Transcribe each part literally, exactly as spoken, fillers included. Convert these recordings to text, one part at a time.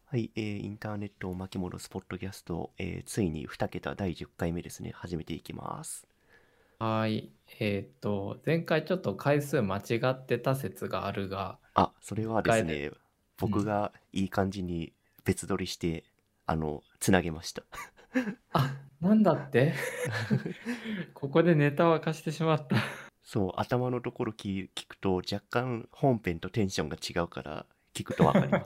はい、えーインターネットを巻き戻すポッドキャスト、えーついにに桁だいじゅっかいめですね。始めていきます。 はい。えっと、前回ちょっと回数間違ってた説があるが、 あ、それ 1 はです回で、 ね、 うん。 僕がいい感じに別撮りして、あの、つなげました。 あ、なんだってここでネタを明かしてしまった。 そう、頭のところ聞聞くと若干本編とテンションが違うから聞くとわかります。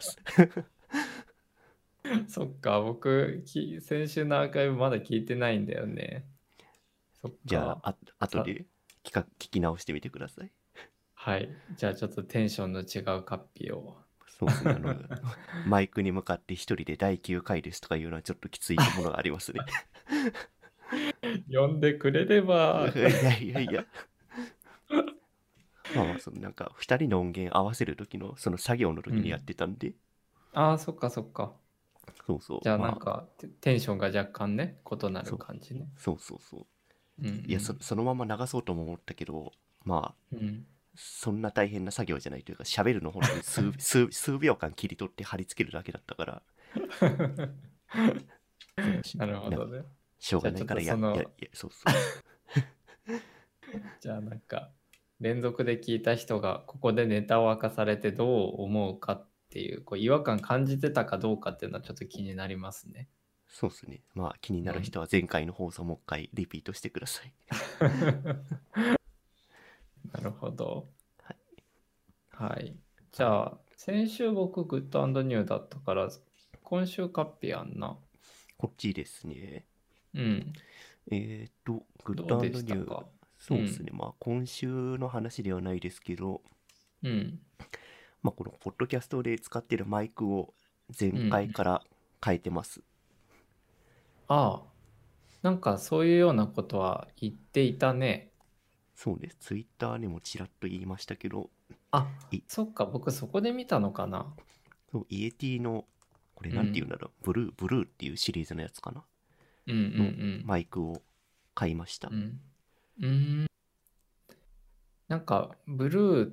そっか、僕、き先週のアーカイブまだ聞いてないんだよね。そっか。 じゃあ、あ後さ、 で聞か聞き直してみてください。 はい。じゃあちょっとテンションの違うカッピを。 そうですね、あの、マイクに向かって一人でだいきゅうかいですとかいうのはちょっときついものがありますね。 呼んでくれれば。 いやいやいや。まあまあ、そのなんか、二人の音源合わせる時の、その作業の時にやっうん。 てたんで、 ああ、そっかそっか。 そうそう、 じゃあなんまあ、 かテテンションが若干ね、異なるそう、 感じね。 そうそうそう。 うんういや、そん。 そのまま流そうとも思ったけど、まあ、 うん。 そんな大変な作業じゃないというか、喋るの本当に数、数、数秒間切り取って貼り付けるだけだったから、そうし、 なるほなんか、 どね。 しょうじゃあちょっとがないからや、や、 その、 や、そうそう。 じゃあなんか、連続で聞いた人がここでネタを明かされてどう思うかっていう、こう違和感感じてたかどうかっていうのはちょっと気になりますね。 そうっすね。まあ、気にうん。 なる人は前回の放送もう一回リピートしてください。 なるほど。 はい。 はい。じはい。 ゃあ、先週僕グッドニューだったから、今週カッピやんな。 こっちですね。 うん。 えーと、グッドどうでしニュー、 たか？うそうですね。 ん。 まあ、今週の話ではないですけど、 うん。 まあ、このポッドキャストで使ってるマイクを前うん。 回から変えてます。 ああ、なんかそういうようなことは言っていたね。 そうです。ツイッターにもちらっと言いましたけど、 あ、 い、 そっか、僕そこで見たのかな。 そう、イエティの、これなんて言うんうん。 だろう、ブルー、ブルーっていうシリーズのやつかなうんのうんマイクを買いました。 うん。うん。うーん。なんか、ブルーって、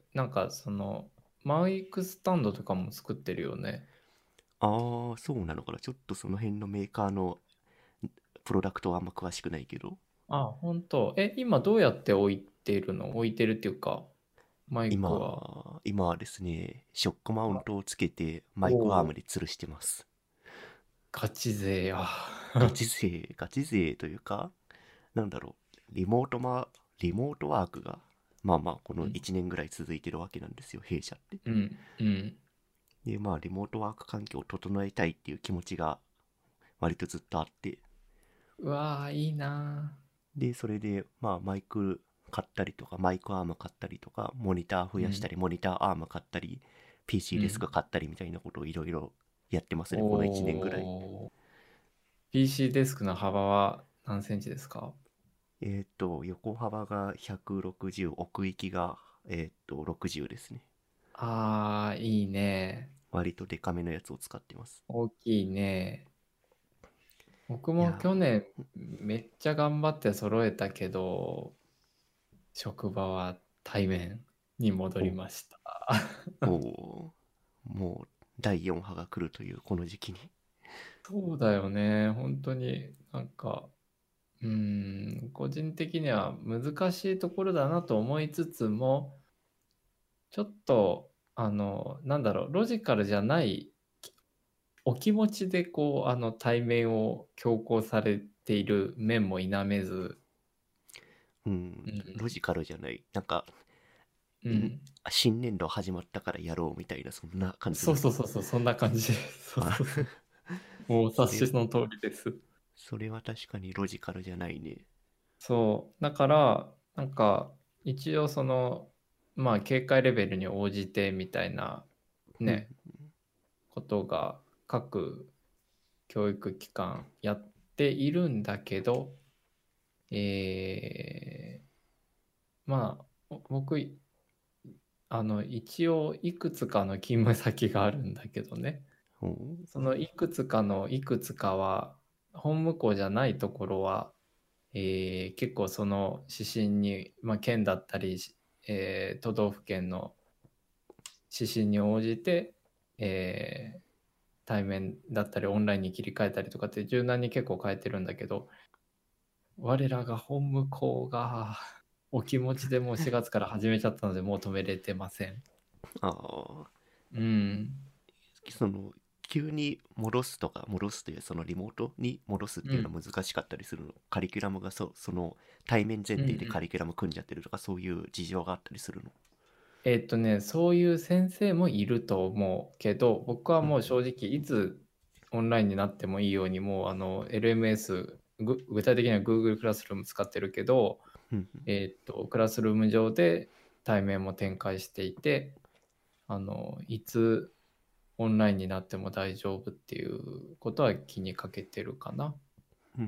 なんかその、マイクスタンドとかも作ってるよね。 あー、そうなのかな。ちょっとその辺のメーカーのプロダクトはあんま詳しくないけど、 あ、本当。え、今どうやって置いてるの？置いてるっていうか、マイクは。 今、今はですね、ショックマウンあ、 トをつけてマイクアーおお、 ムで吊るしてます。 ガチ勢や。 ガチ勢、ガチ勢というか、なんだろう、リモートま、リモートワークが、まあまあ、このいちねんぐらい続いてるわけなんですよ、弊社って。 うん、うん。 で、まあ、リモートワーク環境を整えたいっていう気持ちが割とずっとあって、 うわー、いいなで、それで、まあ、マイク買ったりとか、マイクアーム買ったりとか、モニター増ー。うん、 やしたり、モニターアーム買ったり、ピーシー デスクうん。 買ったりみたいなことをいろいろやってますね、このいちねんぐらい。 おー。ピーシー デスクの幅は何センチですか？ えっと、横幅がひゃくろくじゅう、奥行きが、えっと、ろくじゅうですね。 あー、いいね。 割とデカめのやつを使ってます。 大きいね。僕もいや去年めっちゃ頑張って揃えたけど、職場は対面に戻ー、 りお、 ました。 おー、もう、だいよん波が来るというこの時期に。 そうだよね。本当になんか、うーん、個人的には難しいところだなと思いつつも、ちょっと、あの、なんだろう、ロジカルじゃないお気持ちでこう、あの、対面を強行されている面も否めず、 うん、 うん、 ロジカルじゃない。なんか、んうん。 新年度始まったからやろうみたいな、そんな感じそうの。 そうそうそう、そんな感じ。そうあ、 そうそう。もうおそれ、 察しの通りです。 それは確かにロジカルじゃないね。 そう。だから、なんか、一応その、まあ、警戒レベルに応じてみたいな、 うん、 ね、ことが各教育機関やっているんだけど、えー、まあ、僕、あの、一応いくつかの勤務先があるんだけどね、 おう、 そのいくつかのいくつかは、本務校じゃないところは、えー結構その指針に、まあ、県だったり、えー都道府県の指針に応じて、えー対面だったりオンラインに切り替えたりとかって柔軟に結構変えてるんだけど、我らが本務校がお気持ちでもうしがつから始めちゃったので、もう止めれてません。 ああ、 うん。 その急に戻すとか、戻すというそのリモートに戻すっていうのうん。 は難しかったりするの？カリキュラムがそその対面前うんう提でカん。 リキュラム組んじゃってるとか、そういう事情があったりするの？ えっとね、そういう先生もいると思うけど、僕はうんもう正直いつオンラインになってもいいように、もうあの エルエムエス、ぐ具体的には Google クラスルーム使ってるけど、 うんうんえっと、クラスルーム上で対面も展開していて、あの、いつオンラインになっても大丈夫っていうことは気にかけてるかな。 うんうん。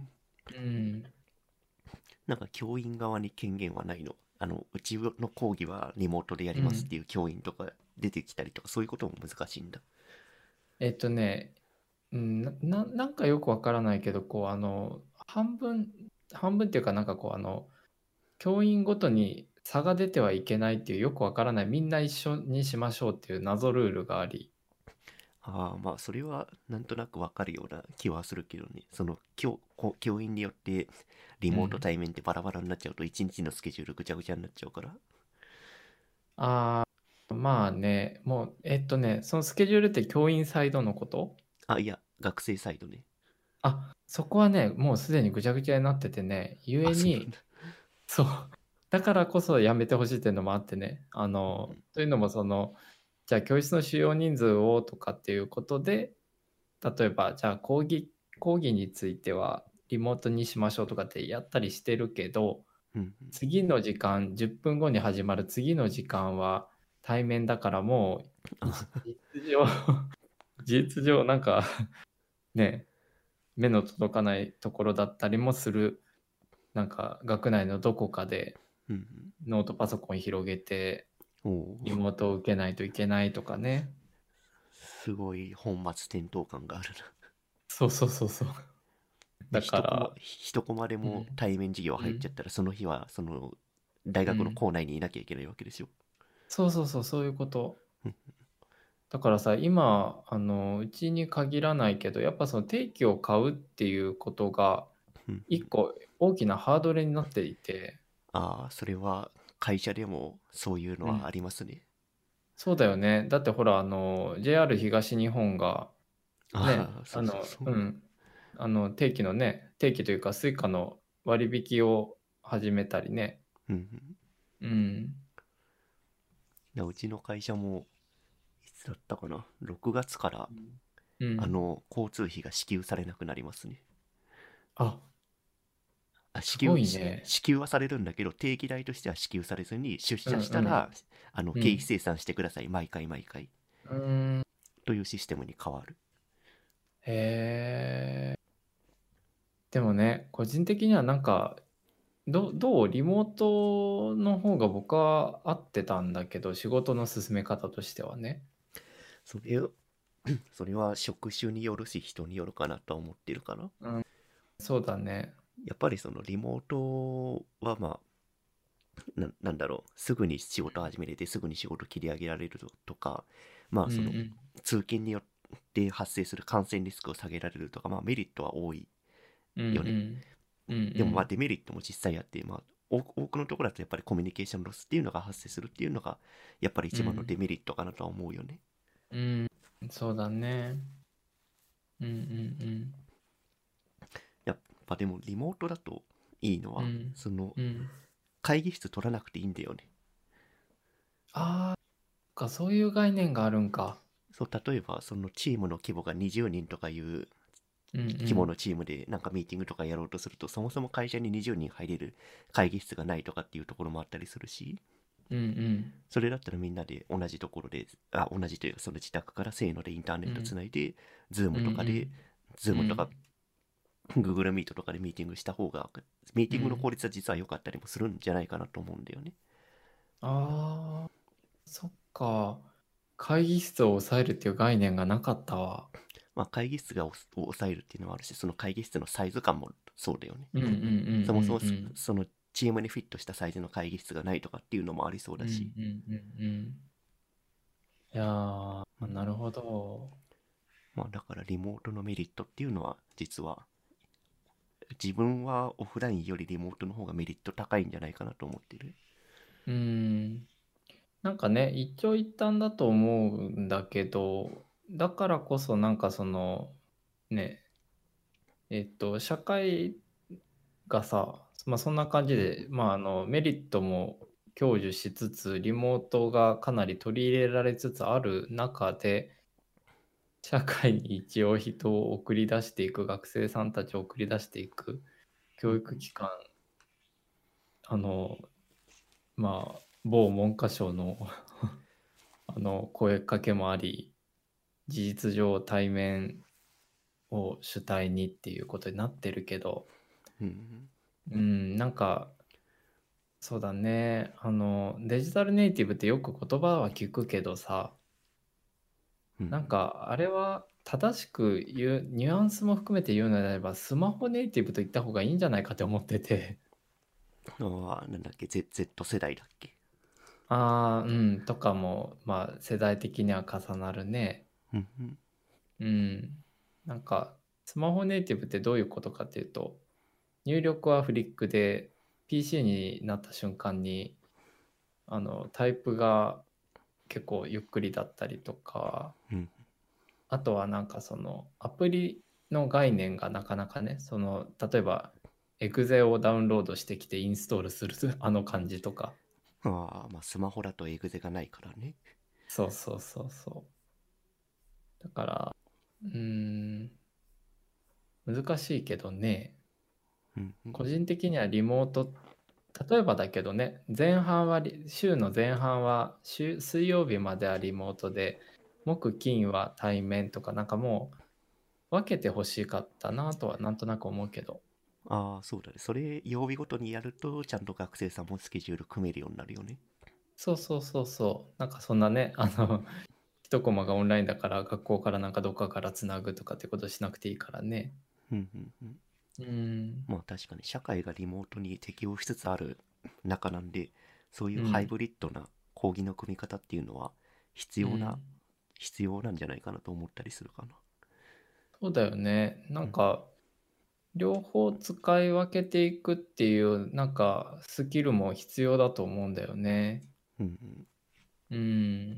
うん。 なんか教員側に権限はないの？あのうちの講義はリモートでやうん。 りますっていう教員とか出てきたりとか、そういうことも難しいんだ？ えっとね、うん、な、ななんかよくわからないけど、こう、あの、半分、半分っていうか、なんかこう、あの、教員ごとに差が出てはいけないっていうよくわからない、みんな一緒にしましょうっていう謎ルールがあり、 ああ、まあそれはなんとなくわかるような気はするけどね。その教、こ教員によってリモートうん。 対面ってバラバラになっちゃうと一日のスケジュールぐちゃぐちゃになっちゃうから。 ああ、まあね、もう、えっとね、そのスケジュールって教員サイドのこと？ あ、いや、学生サイドね。 あ、そこはね、もうすでにぐちゃぐちゃになっててね、ゆあ、 えに、 そうなんだ。 そう、だからこそやめてほしいっていうのもあってね、あの、 うんというのもその、じゃあ教室の使用人数をとかっていうことで、例えば、じゃあ講義、講義についてはリモートにしましょうとかってやったりしてるけど、 うんうん。 次の時間、じゅっぷんごに始まる次の時間は対面だからもう、 あ、 実上、事実上なんかね、目の届かないところだったりもする、なんか学内のどこかでうんうん。 ノートパソコン広げておお、 リモートを受けないといけないとかね。 すごい本末転倒感があるな。 そうそうそうそう。 で、 だか一コマ、 ら、 一コマでうん、 も対面授業うん、 入っちゃったら、その日はその大学のうん。 校内にいなきゃいけないわけでしょ。 そうそうそう、そういうこと。 うんだからさ、今、あの、うちに限らないけど、やっぱその定期を買うっていうことが、 うんうん。 一個大きなハードルになっていて、 ああ、それは会社でもそういうのうん。 はありますね。 そうだよね。だってほら、あの、ジェイアール 東日本が、ね、 ああ、そあの、 うそうそう。 うん、あの、定期のね、定期というか、スイカの割引を始めたりね。 うんうん。 うん、 なうちの会社もいつだったかな、ろくがつからうん。 あの交通費が支給されなくなりますね。 あ、 あ、支すご給しいね。 支給はされるんだけど、定期代としては支給されずに、出うん、 社したらうあのん、う経費ん。 精算してください、毎回毎回うーん、 というシステムに変わる。 へえ。でもね、個人的にはなんか、どどうリモートの方が僕は合ってたんだけど、仕事の進め方としてはね。 それをそれは職種によるし人によるかなとは思ってるかな。 うん、そうだね。 やっぱりそのリモートはまあな、なんだろう、すぐに仕事始めれてすぐに仕事切り上げられるとか、まあそのうんうん。 通勤によって発生する感染リスクを下げられるとか、まあメリットは多いうんうよね。 ん。うんうでもまあん。 デメリットも実際あって、まあ多多くのところだとやっぱりコミュニケーションロスっていうのが発生するっていうのがやっぱり一番のデうん。 メリットかなとは思うよね。 うん。そうだね。うんうんやっぱでもリモートだといいのうん。うは、 ん。 そのうん。 会議室取らなくていいんだよね。 ああ、か、そういう概念があるんか。 そう、例えばそのチームの規模がにじゅうにんとかいううんう規模ん。 のチームでなんかミーティングとかやろうとすると、そもそも会社ににじゅうにん入れる会議室がないとかっていうところもあったりするし、 うんうん。 それだったらみんなで同じところで、あ、同じというかその自宅からせーのでインターネットつうんないで、ズーうムとかで、 んズームとかうん。 Google Meet とかでミーティングした方が、ミーティングの効うん。 率は実は良かったりもするんじゃないかなと思うんだよね。 ああ、そっか。会議室を抑えるっていう概念がなかったわ。 まあ会議室がを抑えるっていうのはあるし、その会議室のサイズ感もそうだよね。 うんうんうんうんそもそもうん。 そのチームにフィットしたサイズの会議室がないとかっていうのもありそううんだし。 うんうんうん。いやー、 うんなるほど。 まあだからリモートのメリットっていうのは実は自分はオフラインよりリモートの方がメリット高いんじゃないかなと思ってる。 うーん。なんかね、一長一短だと思うんだけど、だからこそなんかその、ね、えっと、社会がさ、まあそんな感じで、まああの、メリットも享受しつつ、リモートがかなり取り入れられつつある中で、社会に一応人を送り出していく、学生さんたちを送り出していく教育機関、あの、まあ、某文科省のあの声かけもあり、事実上対面を主体にっていうことになってるけど、 うん。 うん、なんか、そうだね、あの、デジタルネイティブってよく言葉は聞くけどさ、 うん。 なんか、あれは正しく言う、ニュアンスも含めて言うのであれば、スマホネイティブと言った方がいいんじゃないかって思ってて、 ああ、なんだっけ、Z、Z 世代だっけ。 ああ、うん、とかも、まあ、世代的には重なるね。 うんうん。 うん。なんか、スマホネイティブってどういうことかっていうと、入力はフリックで、ピーシー になった瞬間に、あの、タイプが結構ゆっくりだったりとか、 うん。 あとはなんかその、アプリの概念がなかなかね、その、例えば、エグゼをダウンロードしてきてインストールするあの感じとか、 ああ、まあスマホだとエグゼがないからね。 そうそうそうそう。だから、うーん、難しいけどね、 うんうん。 個人的にはリモート、例えばだけどね、前半はリ、週の前半は週、水曜日まではリモートで、木金は対面とか、なんかもう分けてほしかったなとはなんとなく思うけど。 ああ、そうだね。それ曜日ごとにやるとちゃんと学生さんもスケジュール組めるようになるよね。 そうそうそうそう。なんかそんなね、あの、一コマがオンラインだから学校からなんかどっかからつなぐとかってことしなくていいからね。 うんうんうん。 うん。 まあ確かに社会がリモートに適応しつつある中なんで、そういうハイうん。 ブリッドな講義の組み方っていうのは必要な、 うん。 必要なんじゃないかなと思ったりするかな。 そうだよね。なうん。 んか、両方使い分けていくっていう、なんか、スキルも必要だと思うんだよね。 うんうん。 うん。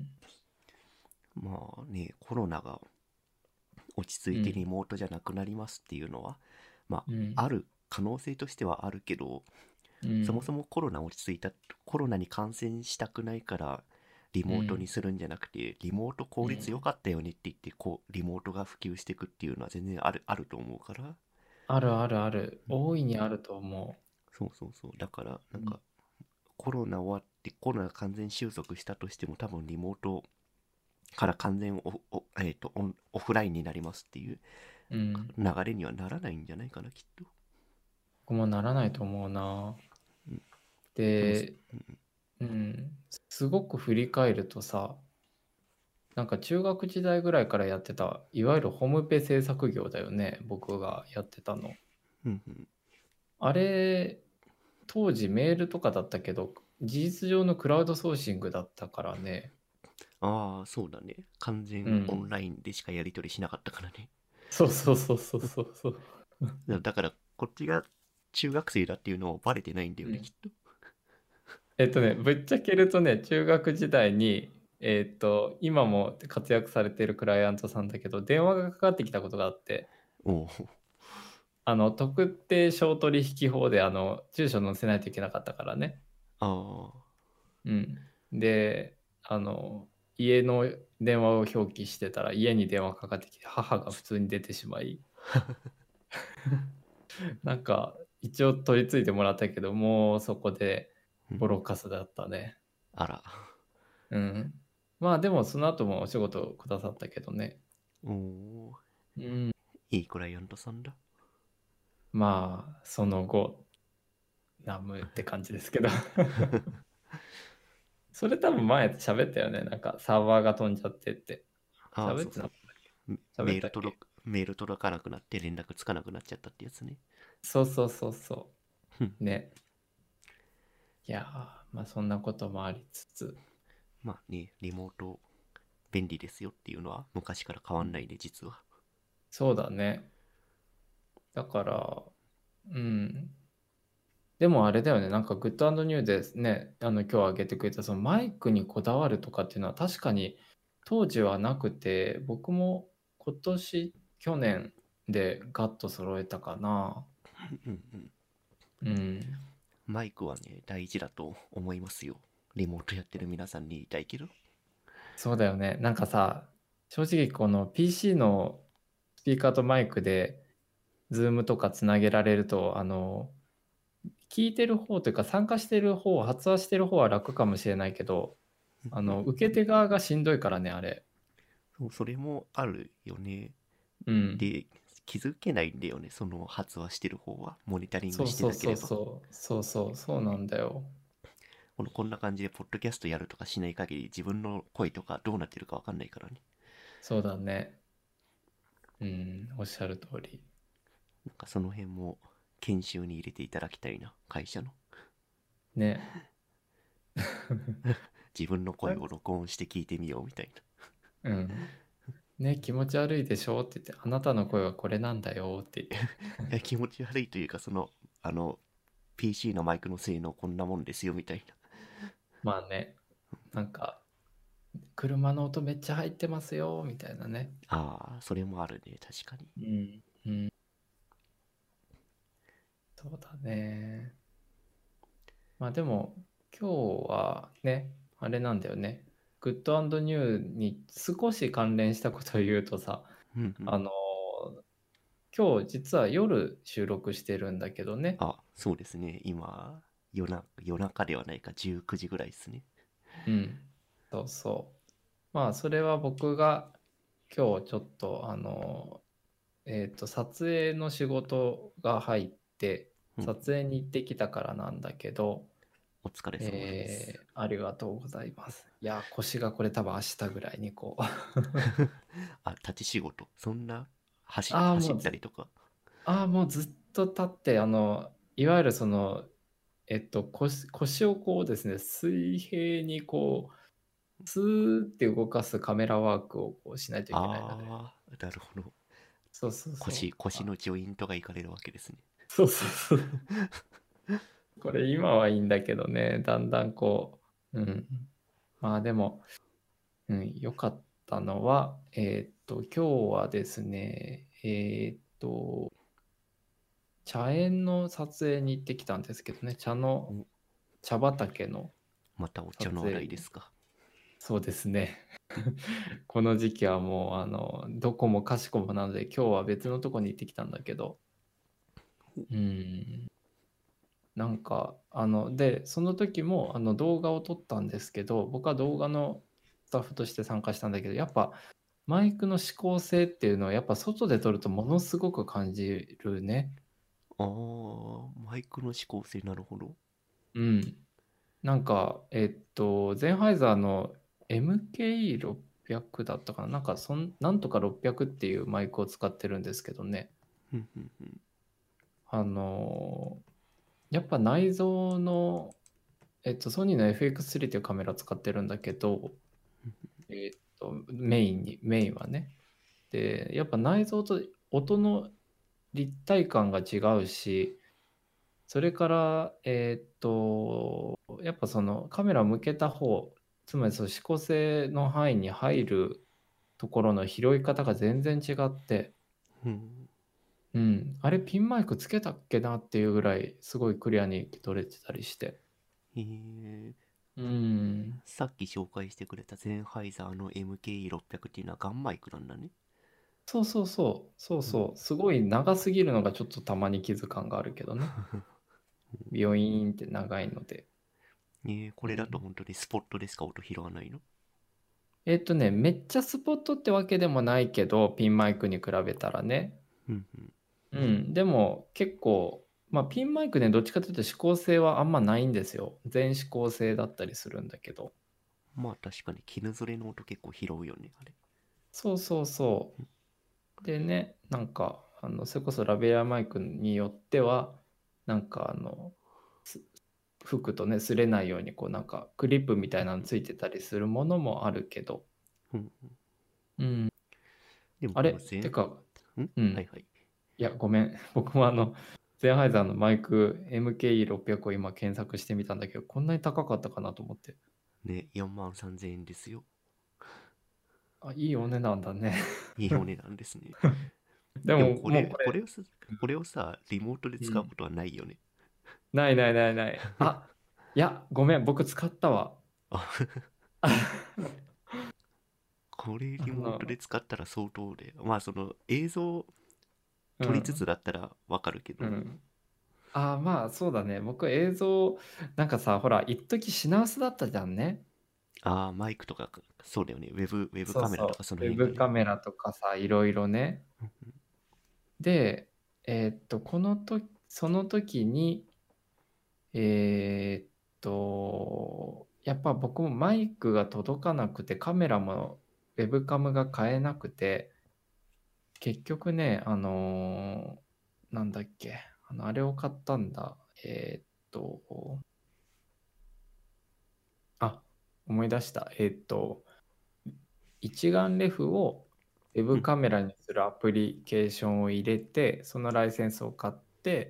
まあね、コロナが落ち着いてリうん。 モートじゃなくなりますっていうのは、まうん。 あ、ある可能性としてはあるけど、 うん。 そもそもコロナ落ち着いた、コロナに感染したくないからリモートにうん。 するんじゃなくて、リモート効率良うん。 かったよねって言って、こう、リモートが普及していくっていうのは全然ある、あると思うから、 あるあるある。 うん、 大いにあると思そうそうそう。だから、なう。うん。 んか、コロナ終わって、コロナが完全収束したとしても、多分リモートから完全オフ、おえーと、オンオフラインになりますっていううん。 流れにはならないんじゃないかな、きっと。 僕もならないと思うな。 うん、でも、 で、うん。すごく振り返るとさ、なんか中学時代ぐらいからやってた、いわゆるホームペ制作業だよね。僕がやってたの。 うんうん。 あれ、当時メールとかだったけど、事実上のクラウドソーシングだったからね。 ああ、そうだね。完全オンうん。 ラインでしかやり取りしなかったからね。 そうそうそうそうそうそう。 だから、こっちが中学生だっていうのをバレてないんだよね、きうん。 っと。 えっとね、ぶっちゃけるとね、中学時代に、えっと、今も活躍されているクライアントさんだけど、電話がかかってきたことがあって、 おお。 あの、特定商取引法で、あの、住所載せないといけなかったからね。 ああ。 うん。で、あの、家の電話を表記してたら、家に電話かかってきて、母が普通に出てしまい、なんか、一応取り付いてもらったけど、もうそこでうん。 ボロカスだったね。 あら。 うん。まあでもその後もお仕事くださったけどね。 おお。 うん。 いいクライアントさんだ。 まあ、その後、ナムって感じですけど。それ多分前喋ったよね。なんかサーバーが飛んじゃってって。 ああ、 喋ってなかそうそう。 ったっけ？ メール届喋ったっけ？ く、メール届かなくなって連絡つかなくなっちゃったってやつね。 そうそうそうそふん。 う。ね。いやー、まあそんなこともありつつ。 まあね、リモート便利ですよっていうのは昔から変わんないで、実は。 そうだね。だから、うん。でもあれだよね、なんかグッドニューでね、あの今日挙げてくれたそのマイクにこだわるとかっていうのは確かに当時はなくて、僕も今年、去年でガッと揃えたかな。 うんうん。 うん。 マイクはね、大事だと思いますよ。リモートやってる皆さんに言いたいけど。 そうだよね。なんかさ、正直この ピーシー のスピーカーとマイクで、ズームとかつなげられると、あの、聞いてる方というか参加してる方、発話してる方は楽かもしれないけど、あの、受け手側がしんどいからね、あれ。 そう、それもあるよね。 うん。 で、気づけないんだよね、その発話してる方は。モニタリングしてそうそうそうなければ。 そう。そうそう、そうなんだよ。 このこんな感じでポッドキャストやるとかしない限り自分の声とかどうなってるかわかんないからね。 そうだね。うん、おっしゃる通り。 なんかその辺も研修に入れていただきたいな、会社の。 ね。 自分の声を録音して聞いてみようみたいうん。ね、気持ち悪いでしょって言って、あなたの声はこれなんだよって言って。 な。気持ち悪いというか、その、あの、ピーシー のマイクの性能こんなもんですよみたいな。 まあね、なんか、車の音めっちゃ入ってますよみたいなね。 ああ、それもあるね、確かに。 うん。うん。そうだね。まあでも、今日はね、あれなんだよね。グッドニューに少し関連したことを言うとさ、 うんうん。 あの、今日実は夜収録してるんだけどね。 あ、そうですね。今、夜な、夜中ではないか、じゅうくじぐらいですね。 うん。そうそう。まあ、それは僕が今日ちょっと、あの、えっと、撮影の仕事が入って、 うん。 撮影に行ってきたからなんだけど、 お疲れ様です。 えー、ありがとうございます。いや、腰がこれ多分明日ぐらいにこう。 あ、立ち仕事。そんな、走、 ああ、 走もうず、 ったりとか。 ああ、もうずっと立って、あの、いわゆるその、えっと、腰、腰をこうですね、水平にこう、スーって動かすカメラワークをこうしないといけないので。 ああ、なるほど。 そうそうそ腰、 う。あ、 腰のジョイントがいかれるわけですね。 そうそうそう。これ今はいいんだけどね、だんだんこう、うん。まあでも、うん、良かったのは、えーっと、今日はですね、えーっと、茶園の撮影に行ってきたんですけどね、茶の、 お、 茶畑のまたお茶の話撮影に。 題ですか。 そうですね。この時期はもう、あの、どこもかしこもなので、今日は別のとこに行ってきたんだけど、うん、なんか、あの、で、その時もあの動画を撮ったんですけど、僕は動画のスタッフとして参加したんだけど、やっぱマイクの指向性っていうのは、やっぱ外で撮るとものすごく感じるね。 ああ、マイクの指向性、なるほど。 うん。なんか、えっと、ゼンハイザーの エムケーイーろっぴゃく だったかな。なんかそん、なんとかろっぴゃくっていうマイクを使ってるんですけどね。 ふんふんふん。 あのやっぱ内蔵の、えっと、ソニーの エフエックススリー っていうカメラ使ってるんだけど、えっと、メインに、メインはね。で、やっぱ内蔵と音の立体感が違うし、それから、えっと、やっぱそのカメラを向けた方、つまりその指向性の範囲に入るところの拾い方が全然違って、 ふん。 うん、あれピンマイクつけたっけなっていうぐらいすごいクリアに撮れてたりして。 えー、 うん。 さっき紹介してくれたゼンハイザーの エムケーイーろっぴゃく っていうのはガンマイクなんだね。 そうそうそう、そううん。 そう、すごい長すぎるのがちょっとたまに傷感があるけどね。ビヨイーンって長いので。 えー、これだとうん。 本当にスポットでしか音拾わないの？ えっとね、めっちゃスポットってわけでもないけど、ピンマイクに比べたらね。 うんうん。 うん、でも結構、まあピンマイクね、どっちかというと指向性はあんまないんですよ。全指向性だったりするんだけど。 まあ確かに絹ずれの音結構拾うよね、あれ。 そうそうそう。でね、なんか、あの、それこそラベリアマイクによっては、なんかあの、す吹くとね、擦れないように、こうなんかクリップみたいなのついてたりするものもあるけど、 うん。 うん。 でもあれこの全、 てか、 んうん。 はいはい。 いや、ごめん。僕もあの、ゼンハイザーのマイク エムケーイーろっぴゃく を今検索してみたんだけど、こんなに高かったかなと思って。 ね、よんまんさんぜんえんですよ。 あ、いいお値段だね。 いいお値段ですね。 でも、 でもこれ、 もうこれ、 これをさ、これをさ、リモートでうん。 使うことはないよね。 ないないないない。あ、いや、ごめん。僕使ったわ。 あ、これリモートであの、 使ったら相当で。まあその映像撮りつつうん。 だったらわかるけど。 うん。ああ、まあそうだね。僕映像、なんかさ、ほら、一時品薄だったじゃんね。 ああ、マイクとか、そうだよね。ウェブ、ウェブそうカメラとかそう。ウェその辺がね。 ブカメラとかさ、いろいろね。で、えーっと、このと、その時に、えーっと、やっぱ僕もマイクが届かなくて、カメラもウェブカムが買えなくて、結局ね、あのーなんだっけ、あの、あれを買ったんだ。えーっと、あ、思い出した。えーっと、一眼レフをウェうん。 ブカメラにするアプリケーションを入れて、そのライセンスを買って、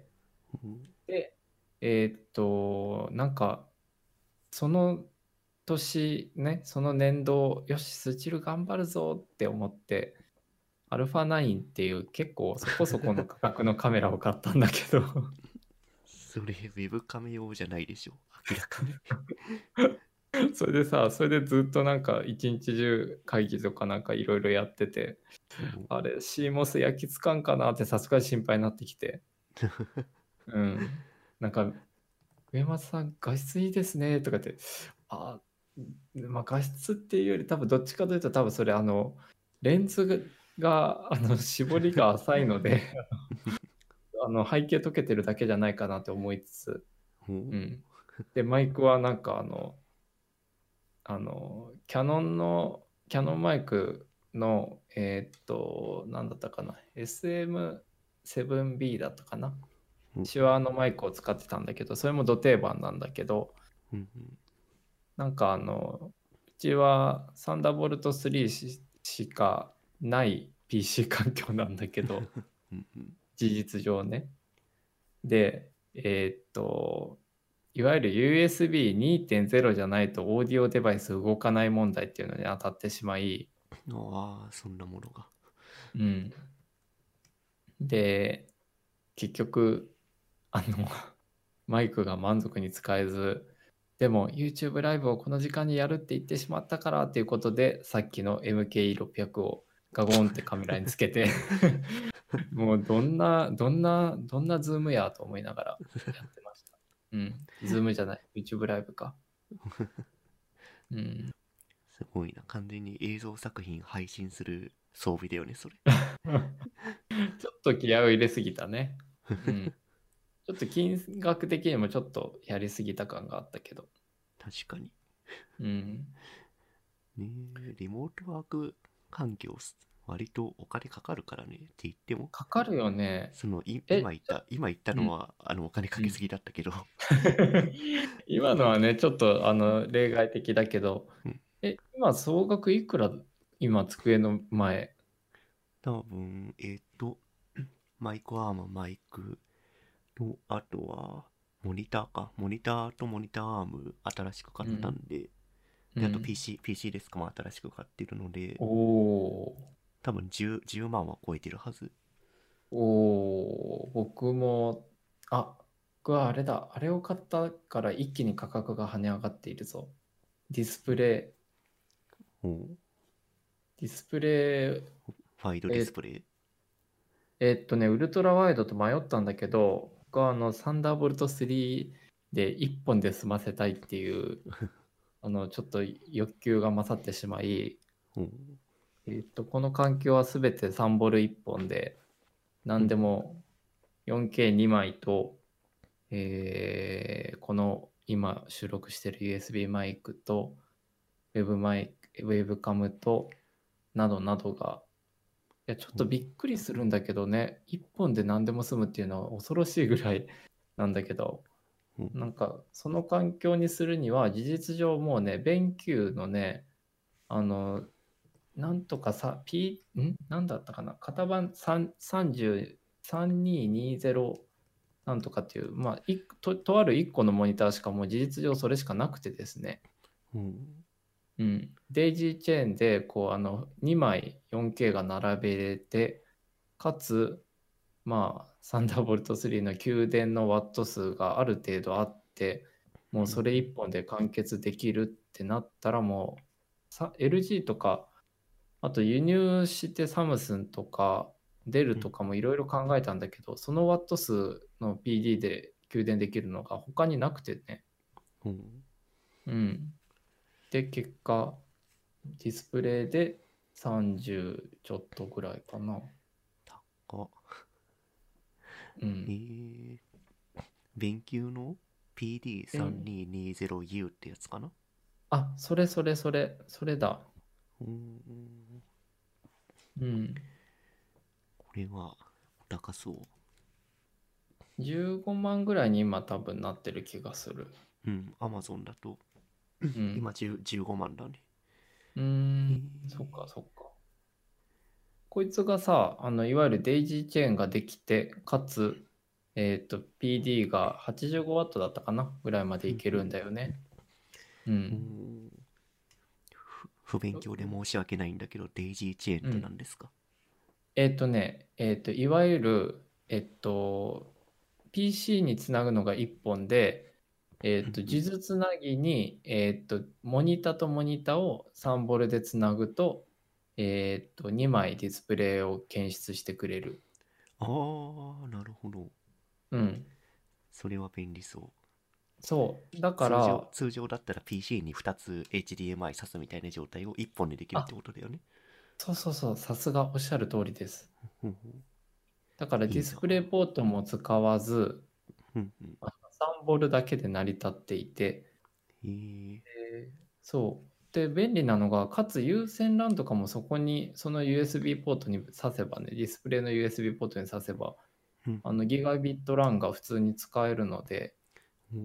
うん。 で、えーっと、なんか、その年ね、その年度、よし、スチール頑張るぞって思って、アルファナインっていう結構そこそこの価格のカメラを買ったんだけど、 それ、ウェブカメ用じゃないでしょ。明らかに。 それでさ、それでずっとなんか一日中会議とかなんかいろいろやってて、 うん。 あれ、シーモス焼きつかんかなってさすがに心配になってきて、うん。なんか、上松さん、画質いいですねとかって、あ、まあ、画質っていうより、多分どっちかというと、多分それ、あの、レンズが、あの、絞りが浅いので、あの、背景溶けてるだけじゃないかなって思いつつ、 おー。 うん。で、マイクはなんか、あの、あの、キャノンの、キャノンマイクの、えーっと、なんだったかな、エスエムセブンビー だったかな。 うん。 手話のマイクを使ってたんだけど、それもド定番なんだけど、 うん。 なんかあの、うちはサンダーボルトスリーし、しかない ピーシー 環境なんだけど、 うん。うん。 事実上ね。で、えーっと、いわゆる ユーエスビーにてんゼロ じゃないとオーディオデバイス動かない問題っていうのに当たってしまい、 ああ、そんなものが。 うん。で、結局、あの、マイクが満足に使えず、でも YouTube ライブをこの時間にやるって言ってしまったからっていうことで、さっきの エムケーイーろっぴゃく をガゴンってカメラにつけてもうどんな、どんな、どんなズームやと思いながらやってました。うん。ズームじゃない。YouTube ライブか。うん。 すごいな。完全に映像作品配信する装備だよね、それ。 ちょっと気合を入れすぎたね。うん。ちょっと金額的にもちょっとやりすぎた感があったけど。 確かに。 うん。 ねえ、リモートワーク環境す、割とお金かかるからねって言っても、 かかるよね。 その、いえ、 今言った、今言ったうん。 のは、あの、お金かうん。 けすぎだったけど、 今のはね、ちょっとあの例外的だけど、 うん、 え、今総額いくら、今机の前。 多分、えっと、マイクアーム、マイクと、あとは、モニターか。モニターとモニターアーム新しく買ったんうん。 で、で、あとうん。 ピーシー、ピーシー デスクも新しく買ってるので、 おお。 多分じゅう、じゅうまんは超えてるはず。 おお、僕も、あ、僕はあれだ、あれを買ったから一気に価格が跳ね上がっているぞ。ディスプレイ、 おう。 ディスプレファイドイ、え、 ディスプレイ。 えっとね、ウルトラワイドと迷ったんだけど、僕はあの、サンダーボルトスリーでいっぽんで済ませたいっていうあの、ちょっと欲求が勝ってしまい、 おう。 えっと、この環境はすべてさんボルいっぽんで、何うん。 でも よんケーに 枚と、えーこの今収録している ユーエスビー マイクと、ウェブマイク、ウェブカムと、などなどが、いや、ちょっおう。 とびっくりするんだけどね、いっぽんで何でも済むっていうのは恐ろしいぐらいなんだけど、 おう。 なんか、その環境にするには、事実上もうね、ベンキューのね、あの、 なんとかさ、P、んなんだったかな、型番さん さんにーにーぜろなんとかっていう、まあ、いと、とあるいっこのモニターしかもう事実上それしかなくてですね。 うんうん。デイジーチェーンで、こう、あの、にまい よんケー が並べれて、かつ、まあ、サンダーボルトスリーの給電のワット数がある程度あって、もうそれいっぽんで完結できるってなったら、もうさ エルジー とか、あと輸入してサムスンとかデルとかもいろいろ考えたんだけど、そのワット数の ピーディー で給電できるのが他になくてね。 うんうん。で、結果、ディスプレイでさんじゅうちょっとぐらいかな。 あ、えうん。 ー、勉強の ピーディーさんにーにーぜろユー ってやつかな。 あ、それそれそれ、それだ。 うんうん。 これは高そう。 じゅうごまんぐらいに今多分なってる気がする。 うん、アマゾンだとうん。 今じゅう じゅうごまんだね。 うーえん。そっかそっか。こいつがさ、あの、いわゆるデイジーチェーンができて、かつ、えっと、ピーディー が はちじゅうごワット だったかなぐらいまでいけるんだよね。ううん。 ん不勉強で申し訳ないんだけど、デイジーチェーンってうん。 何ですか？ えっとね、えっと、いわゆる、えっと、ピーシー につなぐのがいっぽんで、えっと、数珠つなぎに、えっと、モニタとモニタをさんボルでつなぐと、えっと、にまいディスプレイを検出してくれる。 ああ、なるほど。 うん。 それは便利そう。 そう。だか通常、 ら、 通常だったら ピーシー にふたつ エイチディーエムアイ 挿すみたいな状態をいっぽんでできるってあ、 ことだよね。 そうそうそう、さすがおっしゃる通りです。 うんだからディいいな。 スプレイポートも使わず、 うんうん。 あのさんボルだけで成り立っていて、 えー、 でそう。で、便利なのが、かつ有線 ラン とかもそこに、その ユーエスビー ポートに挿せばね、ディスプレイの ユーエスビー ポートに挿せば、 うんあのギガビット ラン が普通に使えるので、 うん。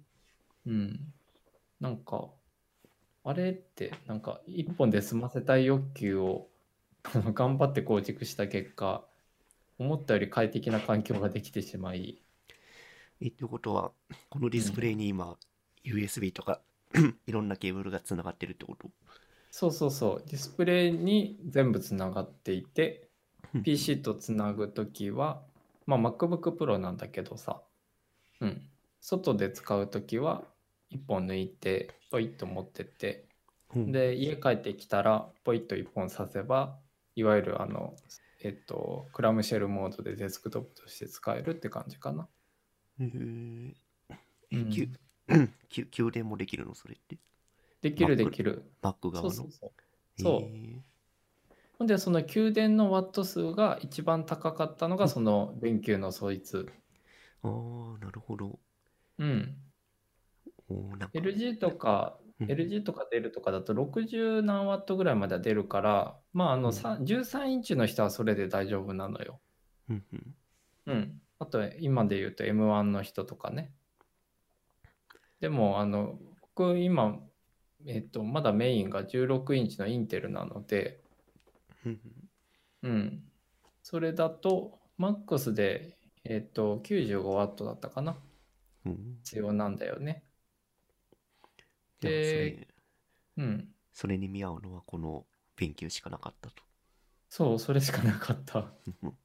うん。なんか、あれって、なんか、一本で済ませたい欲求をあの頑張って構築した結果、思ったより快適な環境ができてしまい、 え、ってことは、このディスプレうん。 イに今、ユーエスビー とかいろんなケーブルがつながってるってこと？ そうそうそう、ディスプレイに全部つながっていて、 うんうんピーシー とつなぐときは、まあ MacBook Pro なんだけどさ、うん。外で使うときは、一本抜いて、ポイッと持ってって、 うんで、家帰ってきたら、ポイッと一本挿せば、いわゆるあの、えっと、クラムシェルモードでデスクトップとして使えるって感じかな。 えー、え、きゅ、 うん。 きゅ、給電もできるのそれって？ できるで Mac、 きる。 Mac 側の？ そうそうそう。 えそう。 ー、 ほんで、その給電のワット数が一番高かったのが、その電球のそいつ。 ああ、なるほど。 うん。 おー、なんか、 エルジー とか、 うんエルジー とか出るとかだとろくじゅう何ワットぐらいまでは出るから、まあ、あの、 うん、 さじゅうさんインチの人はそれで大丈夫なのよ。 うん、うん、 うん。あと、今で言うと エムワン の人とかね。でも、あの、僕、今、えっと、まだメインがじゅうろくインチのインテルなので、 うん、 うん。それだと、マックスで、えっと、きゅうじゅうごワットだったかな。 うん。 必要なんだよね。 じゃあ、そで、 れ、 うん。 それに見合うのはこの勉強しかなかったと。 そう、それしかなかった。 うん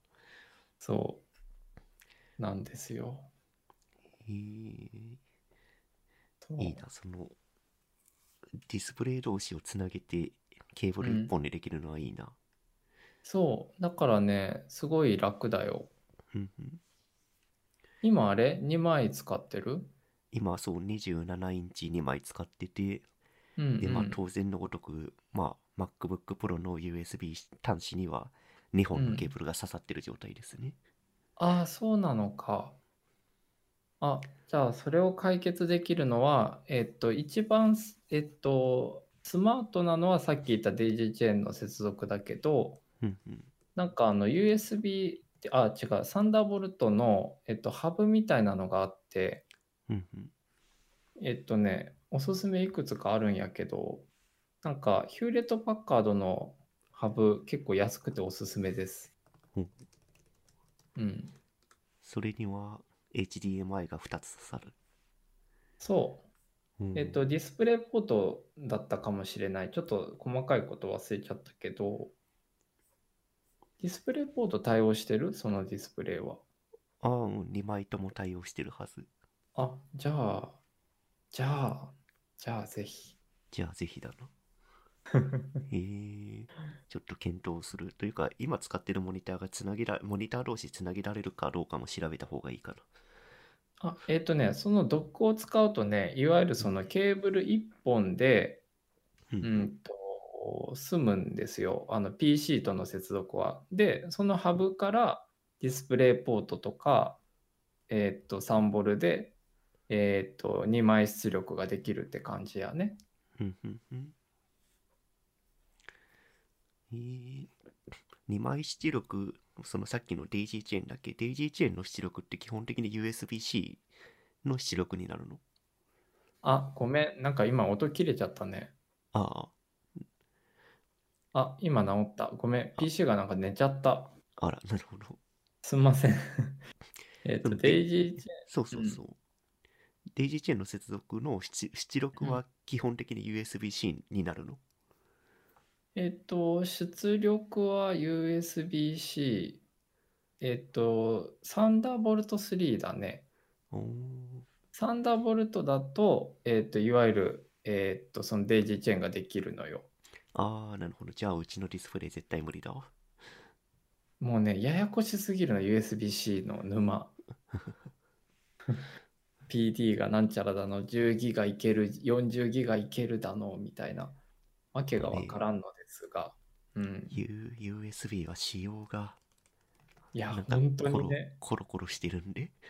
そうなんですよ。 えー、いいな、 そその、ディスプレイ同士をつなげてケーブう。うル一ん。 本でできるのはいいな。 そう。だからね、すごい楽だよ。 うんうん、 今あれ ?に 枚使ってる？ 今、そう、にじゅうななインチにまい使ってて、 うんうで、まあ、 ん。 当然のごとく、まあ、MacBook Pro の ユーエスビー 端子にはにほんのケーうん。 ブルが刺さってる状態ですね。 ああ、そうなのか。あ、じゃあそれを解決できるのは、えっと、一番す、えっと、スマートなのはさっき言ったデイジーチェーンの接続だけど、 うんうん。 なんかあの ユーエスビー って、あ、違う、サンダーボルトの、えっと、ハブみたいなのがあって、 うんうん。 えっとね、おすすめいくつかあるんやけど、なんかヒューレット・パッカードのハブ結構安くておすすめです。 うん。 うん。 それには エイチディーエムアイ がふたつ刺さる。 そう。えっうん。 と、ディスプレイポートだったかもしれない。ちょっと細かいこと忘れちゃったけど、ディスプレイポート対応してるそのディスプレイは。 ああ、うん、にまいとも対応してるはず。 あ、じゃあ、じゃあ、じゃあぜひ。 じゃあぜひだな。へえ、ちょっと検討する。というか、今使ってるモニターがつなげら、モニター同士つなげられるかどうかも調べた方がいいかな。 あ、えっとね、そのドックを使うとね、いわゆるそのケーブルいっぽんで、 うん、うん、 うんと、済むんですよ。あの ピーシー との接続は。で、そのハブからディスプレイポートとか、えっと、さんボルで、えっと、にまい出力ができるって感じやね。 うん、うん、うん。えー、にまい出力、そのさっきのデイジーチェーンだっけ？デイジーチェーンの出力って基本的に ユーエスビーシー の出力になるの？ あ、ごめん。なんか今音切れちゃったね。 ああ、今治った。ごめん。 あ、あ、 ピーシー がなんか寝ちゃった。 あら、なるほど。 すんません。えっと、 でもデイ、 デイジーチェーン。うん。 そうそうそう。デイジーチェーンの接続の出出力うんは基本的に ユーエスビーシー になるの？ えっと、出力は ユーエスビーシー、えっと、サンダーボルトスリーだね。 おー、 サンダーボルトだと、えっと、いわゆる、えっと、そのデイジーチェーンができるのよ。 ああ、なるほど。じゃあ、うちのディスプレイ絶対無理だわ。 もうね、ややこしすぎるの、ユーエスビーシー の沼。ピーディー がなんちゃらだの、じゅうギガいける、よんじゅうギガいけるだの、みたいな、わけがわかねらんのですが、うん。 え、U、ユーエスビー は仕様が、 いや、 なんか、 本当コロ、 にね、 コロコロしてるんで、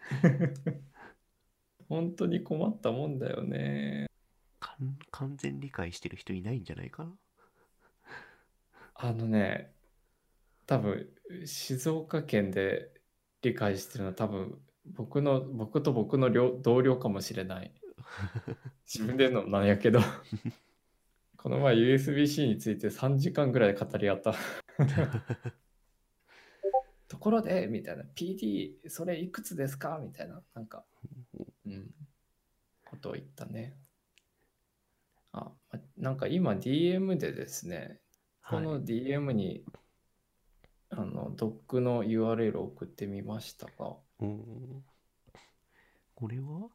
本当に困ったもんだよね。 かん完全理解してる人いないんじゃないかな。 あのね、多分、静岡県で理解してるのは多分、僕の、僕と僕の両同僚かもしれない。自分で言うのもなんやけど、この前 ユーエスビーシー についてさんじかんぐらい語り合った。ところで、みたいな、ピーディー、それいくつですかみたいな、なんか、うん、ことを言ったね。あ、まなんか今 ディーエム でですね、こはい。 の ディーエム にあのドックの ユーアールエル を送ってみましたが、 おー、これは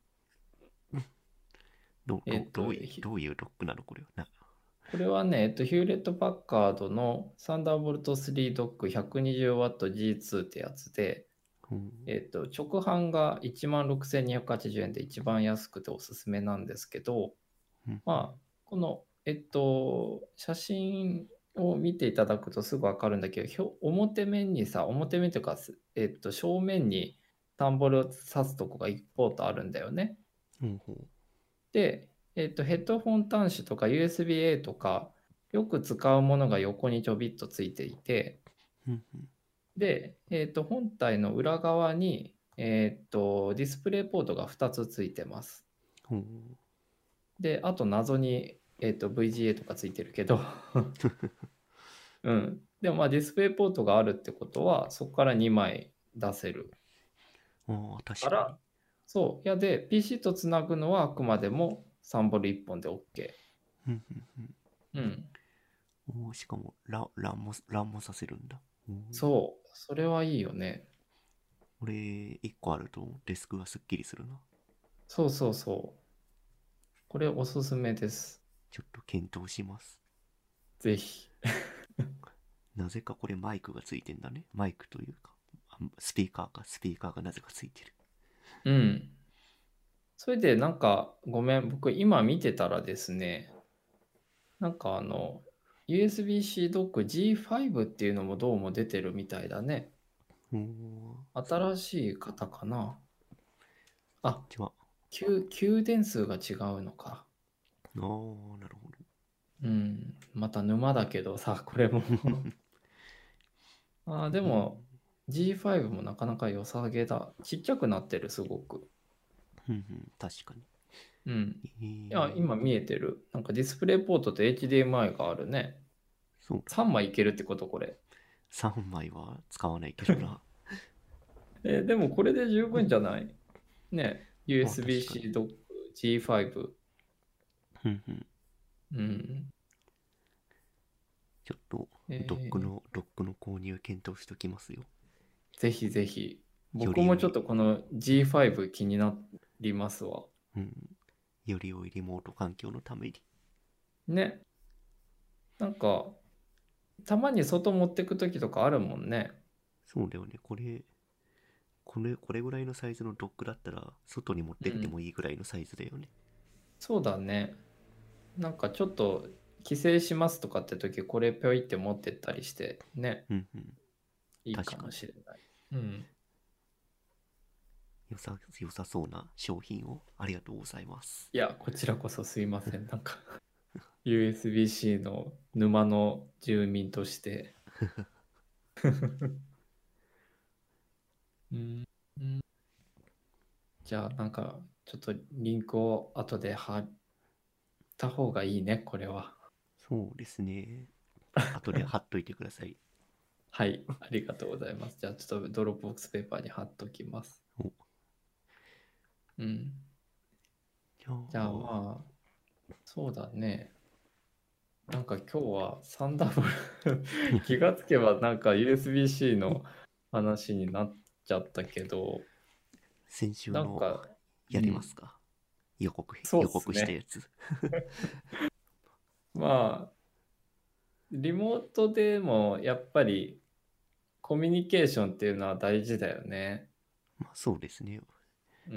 ど、ど、 えっと、 どういう、 ひどういうドックなのこれは。な、 これはね、えっと、ヒューレット・パッカードのサンダーボルトスリードック ひゃくにじゅうワットジーツー ってやつで、 うん、 えっと、直販がいちまんろくせんにひゃくはちじゅうえんで一番安くておすすめなんですけど、 うん、 まあ、この、えっと、写真を見ていただくとすぐわかるんだけど、表表面にさ、表面というか、すえっと、正面にタンボルを挿すとこがいちポートあるんだよね。 うん、ほで、えっと、ヘッドホン端子とか ユーエスビーエー とか、よく使うものが横にちょびっとついていて、 う。うん、うん、 で、えっと、本体の裏側に、えっと、ディスプレイポートがふたつついてます。 ほう。 で、あと謎に、えっと、ブイジーエー とかついてるけど、うん。でもまあディスプレイポートがあるってことは、そこからにまい出せるああ、確かに。 から、そう。いやで、ピーシー とつなぐのはあくまでもさんボルいっぽんで OK。 うん、うん、 うん。 うん。おー、しかも、ラ、ランも、ランもさせるんだ。おー、 そう。それはいいよね。 これ、いっこあるとデスクがすっきりするな。 そうそうそう。これおすすめです。 ちょっと検討します。 ぜひ。 なぜかこれマイクがついてんだね。マイクというか、あ、スピーカーか、スピーカーがなぜかついてる。 うん。それでなんか、ごめん。僕今見てたらですね、なんかあの、ユーエスビーシー ドック ジーファイブ っていうのもどうも出てるみたいだね。 おー、そ、 新しい方かな。 そっあ、 ちは。 給、給電数が違うのか。 あー、なるほど。 うん。また沼だけどさ、これもあー、でえー、 も ジーファイブ もなかなか良さげだ。ちっちゃくなってる、すごく。 うんうん、確かに。 うん。 えいや、 ー、 今見えてる。なんかディスプレイポートと エイチディーエムアイ があるね。 そうだ。 さんまいいけるってことこれ。 さんまいは使わないけどな。 えーでもこれで十分じゃないね。 まあ確かに。 ユーエスビー-C ドック ジーファイブ。 うんうん。 うん。 ちょっと、ドックえの、ドックの購入検討しときますよ。 ーぜひぜひ。 より良い、 僕もちょっとこの ジーファイブ 気になりますわ。 うん。より良いリモート環境のために。 ね。なんか、たまに外持ってくときとかあるもんね。 そうだよね。これ、これ、これぐらいのサイズのドックだったら、外に持ってってうん。 もいいぐらいのサイズだよね。 そうだね。なんかちょっと帰省しますとかって時これぴょいって持ってったりしてね、 うんうん。 いいかも確かに。 しれない。うん。 良さ、良さそうな商品をありがとうございます。 いや、こちらこそすいません。なんか ユーエスビー-C の沼の住民としてうん。うんじゃあなんかちょっとリンクを後で貼った方がいいね、これは。 そうですね。後で貼っといてください。 はい、ありがとうございます。じゃあちょっとドロップボックスペーパーに貼っときます。 お、 うん。 じゃじゃああ、 まあ、そうだね。なんか今日はサンダーボル気がつけばなんか ユーエスビー-C の話になっちゃったけど、 先週のなんか、 やうん、 りますか？予告、 そうっ予すね。 告したやつ。 まあ、リモートでもやっぱりコミュニケーションっていうのは大事だよね。 まあそうですね。 うん。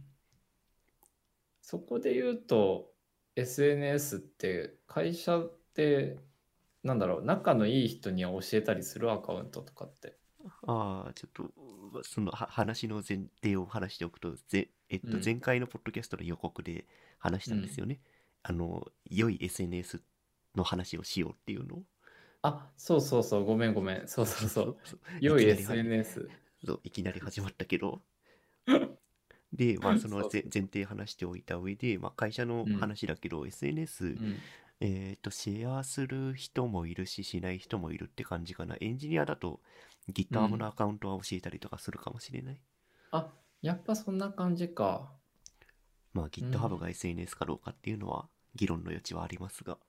そこで言うと エスエヌエス って会社ってなんだろう、仲のいい人には教えたりするアカウントとかって。 ああ、ちょっと、そのは話の前提を話しておくと、ぜ、えっと、 うん。 前回のポッドキャストの予告で話しうん。 たんですよね。あの、良い エスエヌエス の話をしようっていうのを。 あ、そうそうそう、ごめんごめん。そうそうそうそう。 そうそう。い良いきなりは、 エスエヌエス。 そう、いきなり始まったけど。で、まあ、そのそう前前そうそ提話しておいた上で、まあ、会社のう。うん。 話だけど、エスエヌエス、 うん。 えっと、シェアする人もいるし、しない人もいるって感じかな。エンジニアだとう GitHub のん。 アカウントは教えたりとかするかもしれない。 あ、やっぱそんな感じか。 まあう GitHub ん。 が エスエヌエス かどうかっていうのは議論の余地はありますが。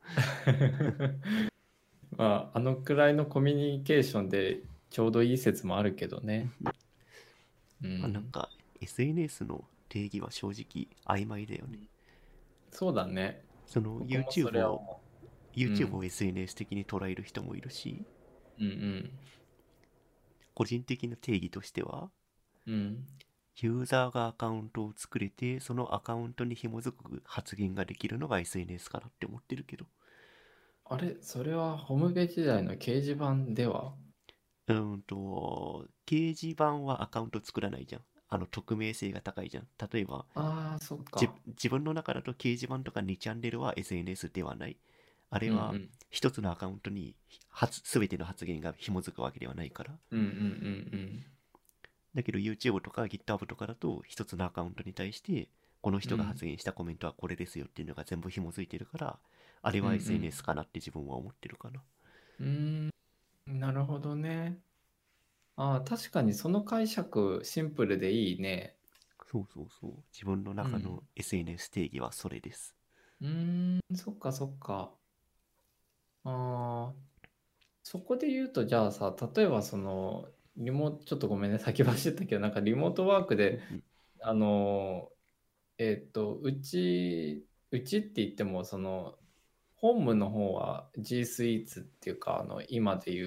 まあ、あのくらいのコミュニケーションでちょうどいい説もあるけどね。うん。 まあなんか エスエヌエス の定義は正直曖昧だよね。 そうだね。 その僕もそ YouTube を、 れは思う。う YouTube をん。 エスエヌエス 的に捉える人もいるし、 うん個人的な定義としては、 うん。うん。 ユーザーがアカウントを作れて、そのアカウントに紐づく発言ができるのが エスエヌエス かなって思ってるけど。 あれ、それはホームページ時代の掲示板ではうーんと、掲示板はアカウント作らないじゃん。あの、匿名性が高いじゃん。例えば、 ああー、そっじか。 自分の中だと掲示板とかにチャンネルは エスエヌエス ではない。あれはうんうん。 一つのアカウントに発全ての発言が紐づくわけではないから。 うんうんうんだけど YouTube とか GitHub とかだと一つのアカウントに対してこのうん。うん。 人が発言したコメントはこれですよっていうのが全部紐づいてるから、あれはうんうん。 エスエヌエス かなって自分は思ってるかな。 うーん、なるほどね。ああ、確かにその解釈シンプルでいいね。 そうそうそう。自分の中のうん。 エスエヌエス 定義はそれです。 うーん、そっかそっか。ああ、そこで言うと、じゃあさ、例えばその、リモート、ちょっとごめんね、先走ったけど、なんかリモートワークで、 うんうん。 あの、えっと、うち、うちって言っても、その、本部の方は G Suites っていうか、あの、今でいう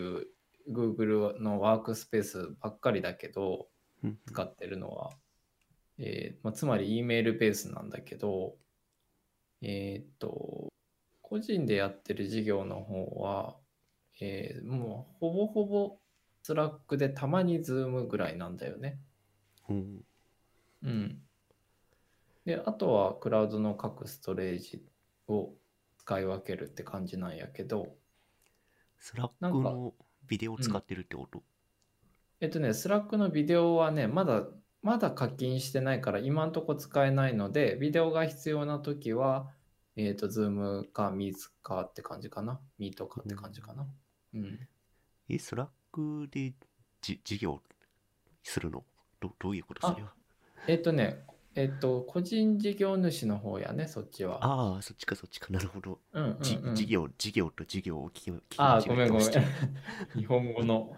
Google のワークスペースばっかりだけど、 うんうん。 使ってるのは。えーまあ、つまり E メールベースなんだけど、えっと、個人でやってる事業の方は、えーもうほぼほぼスラックでたまにズームぐらいなんだよね。 うん。 うん。で、あとはクラウドの各ストレージを使い分けるって感じなんやけど、 スラッなんか、 クのビデオをうん。 使ってるってこと？ えっとね、スラックのビデオはね、まだ、まだ課金してないから今んとこ使えないので、ビデオが必要な時は、 えっと、ズームかミーツかって感じかな。ミートかって感じかな。うん。 え、スラックでじ授業するの？ど、どういうことそれあ、 は？ えっとね、えっと、個人事業主の方やね、そっちは。 ああ、そっちかそっちか。なるほど。 うんうんじ、 うん。 事業、事業と事業を聞き、聞き間ああ、 違ごめんごめん。 えてました。 日本語の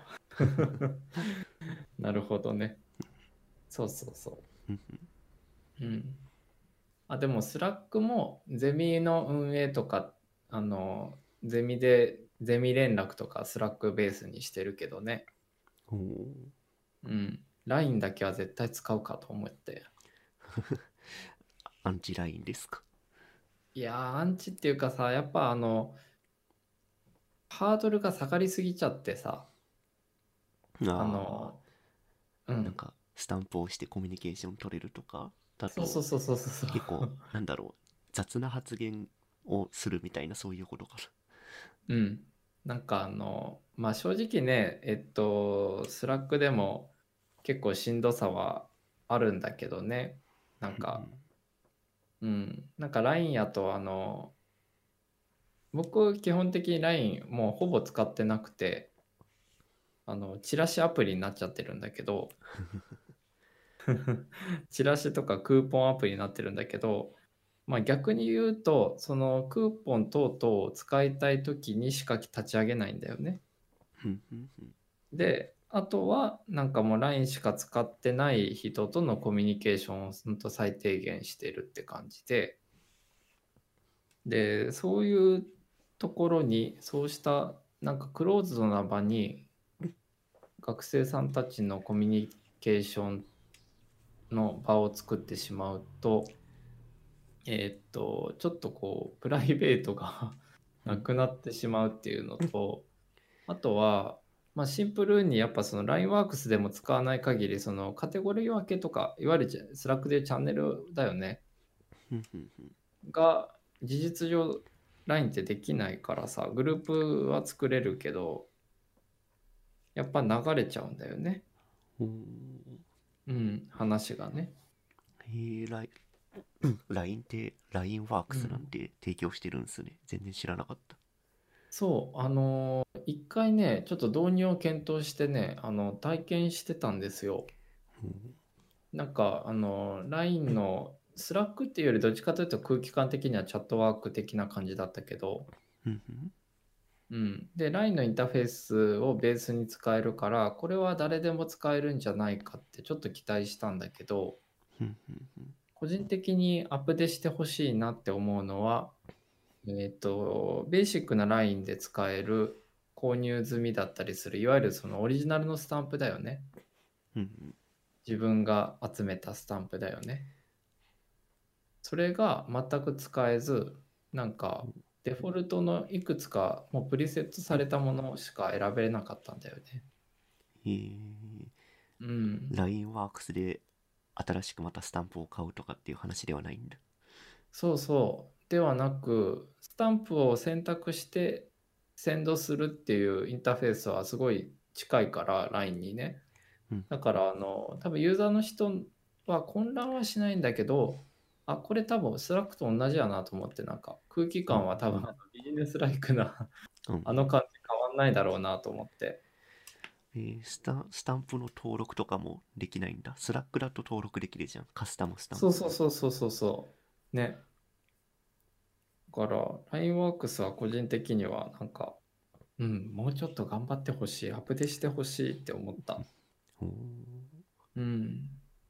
なるほどね。そうそうそうんう。うん。あ、でも、スラックもゼミの運営とか、あの、ゼミで、ゼミ連絡とかスラックベースにしてるけどね。 うん。おー。 うん。ライン だけは絶対使うかと思って。 アンチラインですか？ いやー、アンチっていうかさ、やっぱあの、ハードルが下がりすぎちゃってさ、あああ、 の、うん。 なんか、スタンプをしてコミュニケーション取れるとかだと、 そうそうそうそうそうそ結構、 う。 なんだろう、雑な発言をするみたいな、そういうことかうん。なんかあの、まあ正直ね、えっと、スラックでも結構しんどさはあるんだけどね。なんな。 か、うん。なんか ライン やと、あの、僕基本的に ライン もうほぼ使ってなくて、あの、チラシアプリになっちゃってるんだけど、チラシとかクーポンアプリになってるんだけど、まあ逆に言うと、そのクーポン等々を使いたい時にしか立ち上げないんだよね。 うんうんうん。 で、あとはなんかもう ライン しか使ってない人とのコミュニケーションをほんと最低限してるって感じで、で、そういうところに、そうしたなんかクローズドな場に学生さんたちのコミュニケーションの場を作ってしまうと、えーっと、ちょっとこう、プライベートがなくなってしまうっていうのと、あとは、まあ、シンプルにやっぱその ライン ワークスでも使わない限り、そのカテゴリー分けとか、いわゆるスラックでいうチャンネルだよね、 うんうんうん。 が事実上 ライン ってできないからさ、グループは作れるけど、やっぱ流れちゃうんだよね。 おー。 うん、話がね。 へえ、ライン、ラインって、ラインワークスなんうん。 て提供してるんすね。全然知らなかった。 そう、あのー一回ね、ちょっと導入を検討してね、あの、体験してたんですよ。 うん。 なんか、あの、ライン の、スラックっていうよりどっちかというと空気感的にはチャットワーク的な感じだったけど、 うんうん。 うん。で、ライン のインターフェースをベースに使えるから、これは誰でも使えるんじゃないかってちょっと期待したんだけど、 うんうんうん。 個人的にアップデしてほしいなって思うのは、えっと、ベーシックな ライン で使える購入済みだったりする、いわゆるそのオリジナルのスタンプだよね。 うんうん。 自分が集めたスタンプだよね。それが全く使えず、なんかデフォルトのいくつかもうプリセットされたものしか選べなかったんだよね。 へえ、 うん。 ラインワークスで新しくまたスタンプを買うとかっていう話ではないんだ。 そうそう。ではなく、スタンプを選択してセンドするっていうインターフェースはすごい近いから、ライン にね。 うん。 だから、あの、多分ユーザーの人は混乱はしないんだけど、あ、これ多分スラックと同じやなと思って、なんか空気うん感は多分うん。 あのビジネスライクなうん。 あの感じ変わんないだろうなと思って。 えースタ、スタンプの登録とかもできないんだ。スラックだと登録できるじゃん。カスタムスタンそうプ。 そうそうそうそうそう。ね。だから、ラインワークス は個人的にはなんか、うん、もうちょっと頑張ってほしい、アップデートしてほしいって思った。 おー。 うん、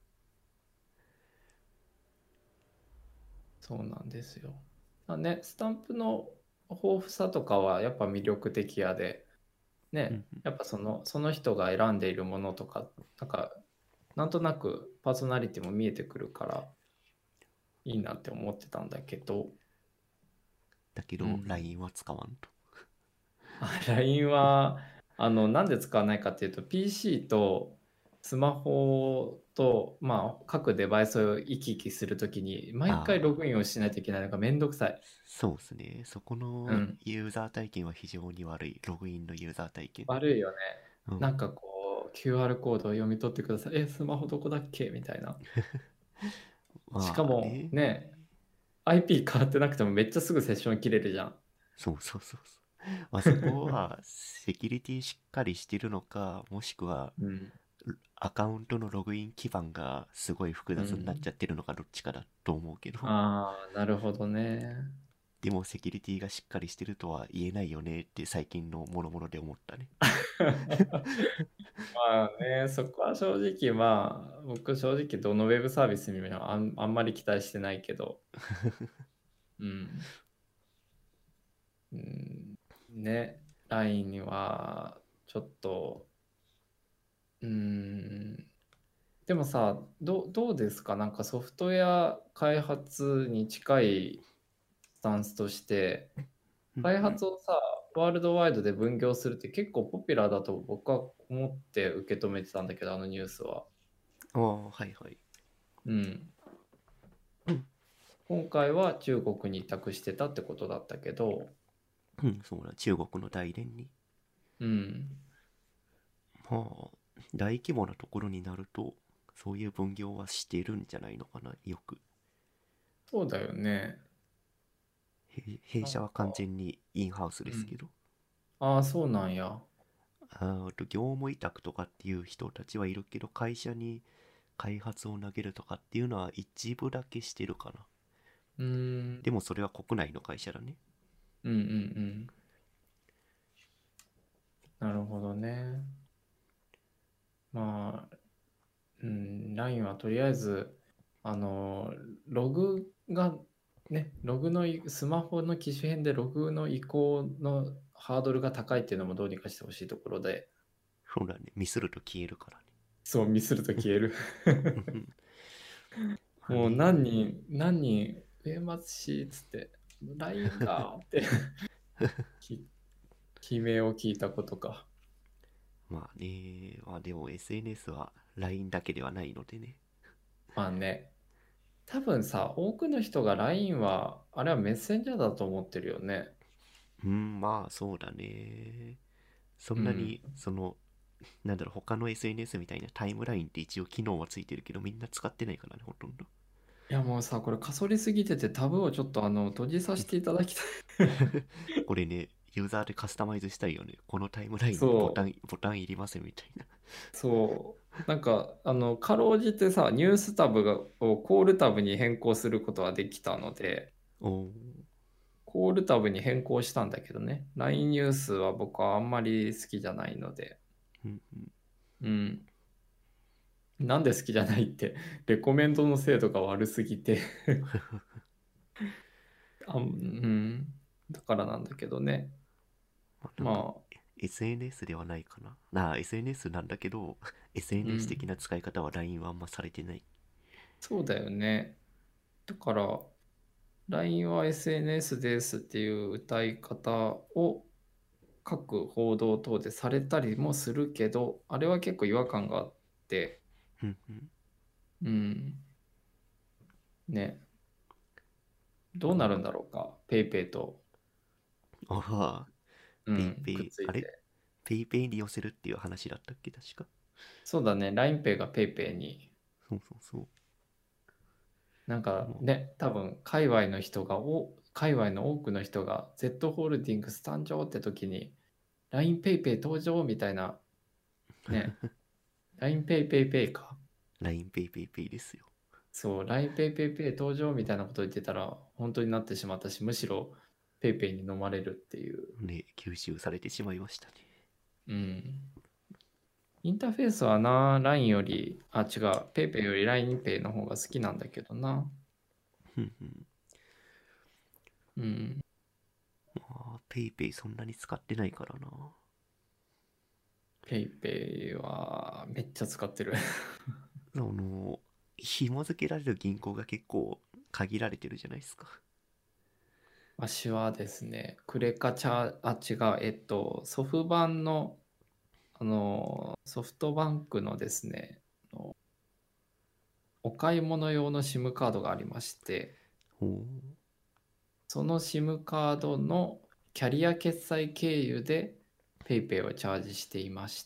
そうなんですよ。あね、スタンプの豊富さとかはやっぱ魅力的やで、ね、 うんうん。 やっぱその、その人が選んでいるものとか、なんか、なんとなくパーソナリティも見えてくるからいいなって思ってたんだけど、 だけど、 うん。 ライン は使わんと。 あ ライン は、あの、なんで使わないかっていうと、ピーシー とスマホと、まあ、各デバイスを行き来するときに、毎回ロああ、 グインをしないといけないのがめんどくさい。 そうですね。そこのうん。 ユーザー体験は非常に悪い。ログインのユーザー体験。 悪いよね。 うん。 なんかこう、キューアール コードを読み取ってください。え、スマホどこだっけみたいな。しかもまあね。 ね、 アイピー 変わってなくてもめっちゃすぐセッション切れるじゃん。 そうそうそうそう。まあそこはセキュリティしっかりしてるのか、もしくはうん。 アカウントのログイン基盤がすごい複雑になっうん。 ちゃってるのかどっちかだと思うけど、 ああ、なるほどね。 でもセキュリティがしっかりしてるとは言えないよねって最近の諸々で思ったね。 まあね、そこは正直、まあ、僕正直どのウェブサービスにもあん、あんまり期待してないけど、うん。うん、ね、ライン にはちょっと、うん、でもさ、ど、どうですかなんかソフトウェア開発に近いスタンスとして、開うんうん。 発をさ、ワールドワイドで分業するって結構ポピュラーだと僕は思って受け止めてたんだけど、あのニュースは。 ああ、はいはい。 うん。今回は中国に委託してたってことだったけど、 うん、そうだ、中国の大連に。 うん。 まあ、大規模なところになると、そういう分業はしてるんじゃないのかな、よく。 そうだよね。 へ弊なん社は完か、 全にインハウスうん。 ですけど、 ああ、そうなんや。 あと業務委託とかっていう人たちはいるけど、会社に開発を投げるとかっていうのは一部だけしてるかな。 うーん。 でもそれは国内の会社だね。 うんうんうん。なるほどね。まあ、うん、ライン はとりあえず、あの、ログが、ね、ログのい、スマホの機種変でログの移行のハードルが高いっていうのもどうにかしてほしいところで、 そうだね。ミスると消えるからね。 そう、ミスると消える。 うんうん。まあもう何ね。 人、何人、植松氏っつって、ライン がってき悲鳴を聞いたことか。 まあね。まあでも エスエヌエス は ライン だけではないのでね。 まあね、多分さ、多くの人が ライン は、あれはメッセンジャーだと思ってるよね。 うん、まあそうだね。そんなうん。 に、その、なんだろう、他の エスエヌエス みたいなタイムラインって一応機能はついてるけど、みんな使ってないからね、ほとんど。 いやもうさ、これかそりすぎててタブをちょっとあの閉じさせていただきたい。 これね、ユーザーでカスタマイズしたいよね。このタイムラインにボタそン、ボタンいりませんみたいな。 う、そう。なんか、あの、かろうじてさ、ニュースタブがをコールタブに変更することはできたので、 おー、 コールタブに変更したんだけどね。ライン ニュースは僕はあんまり好きじゃないので。 うんうん。 うん。なんで好きじゃないって、レコメンドの精度が悪すぎてあ、うん。だからなんだけどね。 まあなんか、 まあ、 エスエヌエス ではないかな。なあ、エスエヌエス なんだけど、 うエスエヌエス 的ん。 な使い方は ライン はあんまされてない。 そうだよね。だから、ライン は エスエヌエス ですっていう歌い方を各報道等でされたりもするけど、あれは結構違和感があって、 うんうん。 うん。ね。どうなるんまだろうか。ペイペイと、 あ、ああ、ペイうん、くっペイ、あれついて。 ペイペイに寄せるっていう話だったっけ、確か。 そうだね。ラインペイがペイペイに、 そうそうそう。 なんかまあ、 ね、多分、界隈の人が、お、界隈の多くの人が Z ホールディングス誕生って時に、ラインペイペイ登場みたいな、ね、ラインペイペイペイか。 ラインペイペイペイですよ。 そう、ラインペイペイペイ登場みたいなこと言ってたら、本当になってしまったし、むしろペイペイに飲まれるっていう。 ね、吸収されてしまいましたね。 うん。インターフェースはな、ライン より、あ、違う、ペイペイより ラインペイの方が好きなんだけどな。 うんうん。 うん。 まあ、ペイペイそんなに使ってないからな。 ペイペイはめっちゃ使ってる。 あの、紐付けられる銀行が結構限られてるじゃないですか。 わしはですね、クレカチャー、あ、違う、えっと、ソフバンの、あの、ソフトバンクのですね、あのお買い物用の SIM カードがありまして、 おー、 その SIM カードのキャリア決済経由で PayPay をチャージしていまして、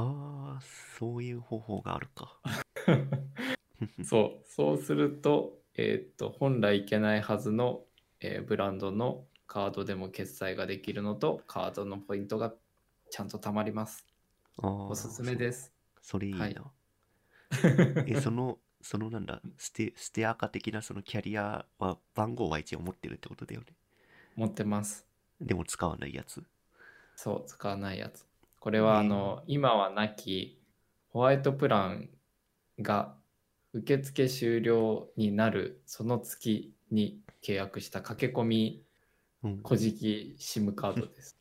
ああ、そういう方法があるか。 そう、そうすると、 えーっと、本来いけないはずの、えーブランドのカードでも決済ができるのと、カードのポイントがちゃんと貯まります。おすああ、 すめそ、 です。 それいはい。 いな。え、その、そのなんだ、ステ、ステアカ的なそのキャリアは番号は一応持ってるってことだよね。 持ってます。 でも使わないやつ。 そう、使わないやつ。これえはあー、 の、今はなきホワイトプランが受付終了になるその月に契約した駆け込みうん。 小じ SIM カードです。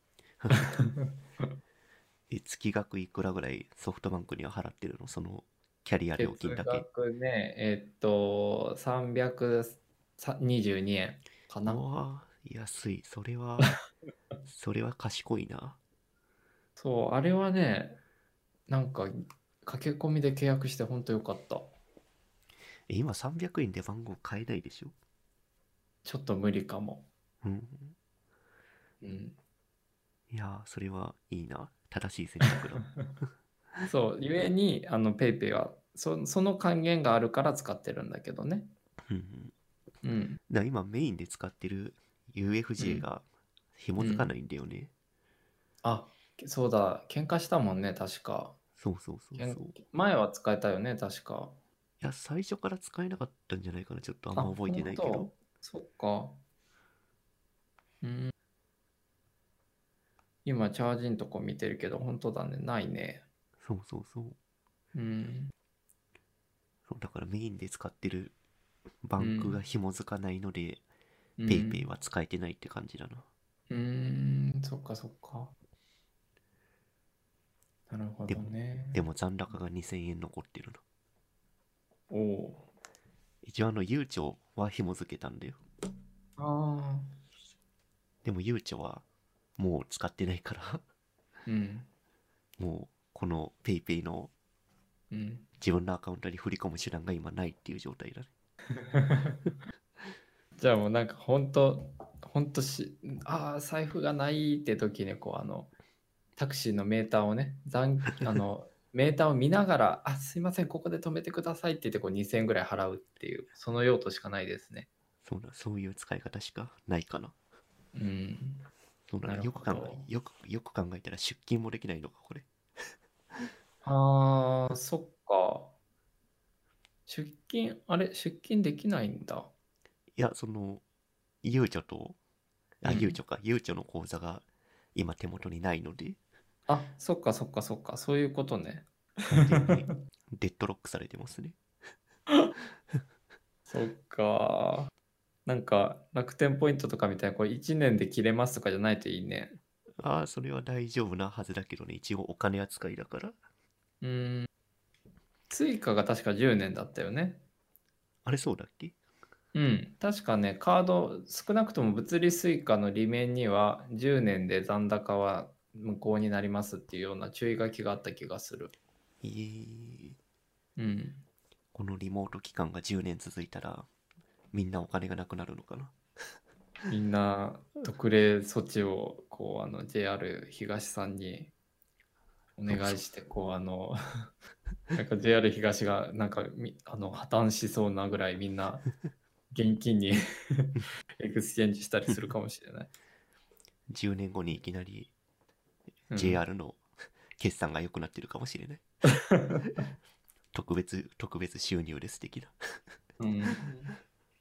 え、月額いくらぐらいソフトバンクには払ってるの？そのキャリア料金月だけ。 額ね、えっと、さんびゃくにじゅうにえんかうな。 わー、安い。それは、それは賢いな。 そう、あれはね、なんか駆け込みで契約して本当よかった。 え、今さんびゃくえんで番号買えないでしょ？ ちょっと無理かも。 うん。 うん。 いやー、それはいいな。正しい選択だ。 そう、ゆえに、あの、ペイペイは、そ、その還元があるから使ってるんだけどね。 うんうん。 うん。 だから今メインで使ってるうユーエフジェーん。 が紐うん。 づかないんだよね。 あ、そうだ、喧嘩したもんね、確か。 そうそうそうけんそう。い前は使えたよね、確か。 や、最初から使えなかったんじゃないかな。ちょっとあんまあ、 覚えて本ないけど。 当。そっか。うん。今、チャージんとこ見てるけど、本当だね、ないね。 そうそうそう。 うん。 そうだからメインで使ってるバンクがうん。 紐づかないので、 うペイペイん。 は使えてないって感じだな。 うーん、そっかそっか。なるほでも、 どね。 でも残高がにせんえん残ってるな。 おお。 一応あの、ゆうちょは紐づけたんだよ。 ああ。 でもゆうちょはもう使ってないからうん。 もうこのペイペイのうん。 自分のアカウントに振り込む手段が今ないっていう状態だね。 じゃあもうなんか本当、本当し、ああ、財布がないって時にこうあの、タクシーのメーターをね、残あの、メーターを見ながら、あ、すいません、ここで止めてくださいって言ってこうにせんえんぐらい払うっていう、その用途しかないですね。 そうだ、そういう使い方しかないかな。 うん。 そうだね。 なるよく考え、 ほど。 よく、よく考えたら出勤もできないのか、これ。 ああ、そっか。出勤、あれ、出勤できないんだ。 いや、その、ゆうちょと、あ、ゆううん。 ちょか、ゆうちょの口座が今手元にないので、 あ、そっかそっかそっか、そういうことね。 完全にデッドロックされてますね。 そっか。なんか楽天ポイントとかみたいなこれいちねんで切れますとかじゃないといいね。 ああ、それは大丈夫なはずだけどね。一応お金扱いだから。 うーん。スイカが確かじゅうねんだったよね。 あれそうだっけ？ うん。確かね、カード、少なくとも物理スイカの利面にはじゅうねんで残高は無効になりますっていうような注意書きがあった気がする。 いえ、 うん。 このリモート期間がじゅうねん続いたら、みんなお金がなくなるのかな。 みんな特例措置をこうあの ジェイアール 東さんにおそうそう。 願いしてこうあのなんか ジェイアール 東がなんかみあの破綻しそうなぐらいみんな現金にエクスチェンジしたりするかもしれない。 じゅうねんごにいきなりうん。 ジェイアール の決算が良くなってるかもしれない。特別、特別収入です的な。 うん。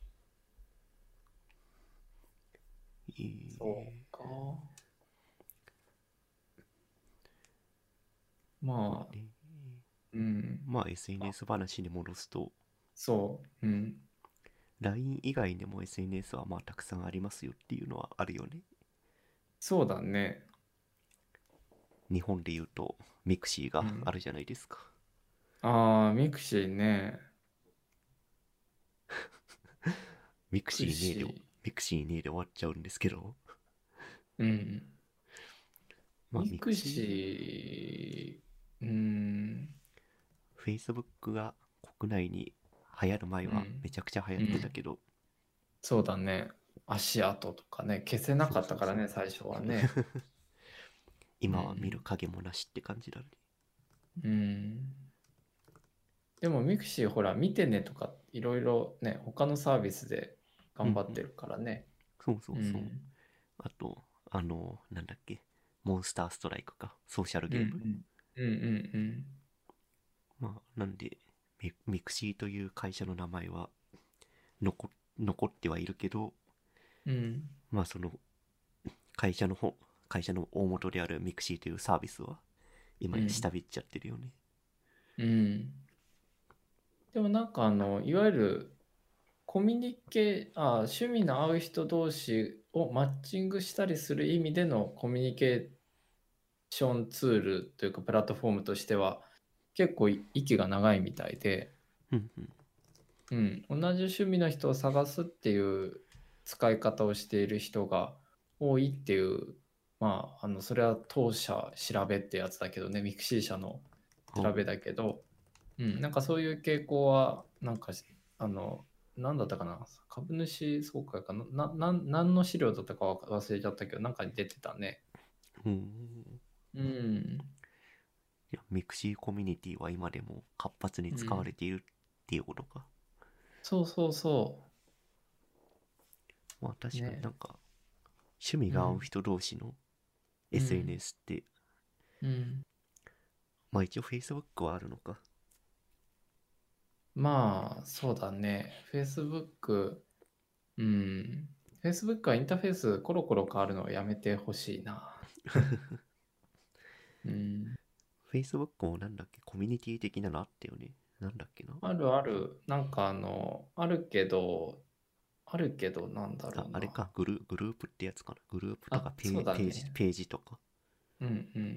えそうー、 か。まあ、 まあね。 うん。 まああ、 エスエヌエス 話に戻すと、 そう。うん。 ライン 以外でも エスエヌエス はまあたくさんありますよっていうのはあるよね。 そうだね。 日本で言うとミクシーうん。 があるじゃないですか。 ああ、ミクシーね。 ミクシミクーねえで、 シミクシーねえで終わっちゃうんですけど、 ー。うん。 まあミクミクシー、 シー。うん。 Facebook が国内に流行る前はうん。 めちゃくちゃ流行うん。 ってたけど、 そうだね。足跡とかね、消せなそうそうそう。 かったからね、最初はね。う今は見るん。 影もなしって感じだね。 うん。でもミクシーほら見てねとかっいろいろね、他のサービスでうんうん。 頑張ってるからね。 そうそうそう。 うん。 あと、あの、なんだっけ、モンスターストライクか、ソーシャルうんうゲーム。 ん。うんうんまあ、なんで、ミミクシーという会社の名前は残残ってはいるけど、 うん。うん。 まあその会社の方、会社の大元であるミクシーというサービスは今やうん。 下火っちゃってるよね。 うん。でもなんかあの、いわゆるコミュニケあ、趣味の合う人同士をマッチングしたりする意味でのコミュニケーションツールというかプラットフォームとしては結構息が長いみたいで、 うんうん。 うん、同じ趣味の人を探すっていう使い方をしている人が多いっていう、まあ、あのそれは当社調べってやつだけどね、ミクシー社のほう調べだけど、うん、なんかそういう傾向は、なんか、あの、なんだったかな、株主総会かな、な、なん、何の資料だったかは忘れちゃったけど、なんかに出てたね。 うん。 うん、 いや、ミクシーコミュニティは今でも活発に使わうん。 れているっていうことか。 そうそうそまあう。 確かになね。 んか趣味うん、 が合う人同士のうん、 エスエヌエス って、 うん。 まあ一応 Facebook はあるのか。 まあ、そうだね。Facebook、うん。Facebook はインターフェースコロコロ変わるのをやめてほしいな。うん。 Facebook もなんだっけ、コミュニティ的なのあったよね。なんだっけな。 あるある。なんかあの、あるけど、あるけど、なんだろあ、 うな。 あれか、グル、グループってやつかな。グループとかあ、そうペーページ、 だね。 ページとか。 うんうん。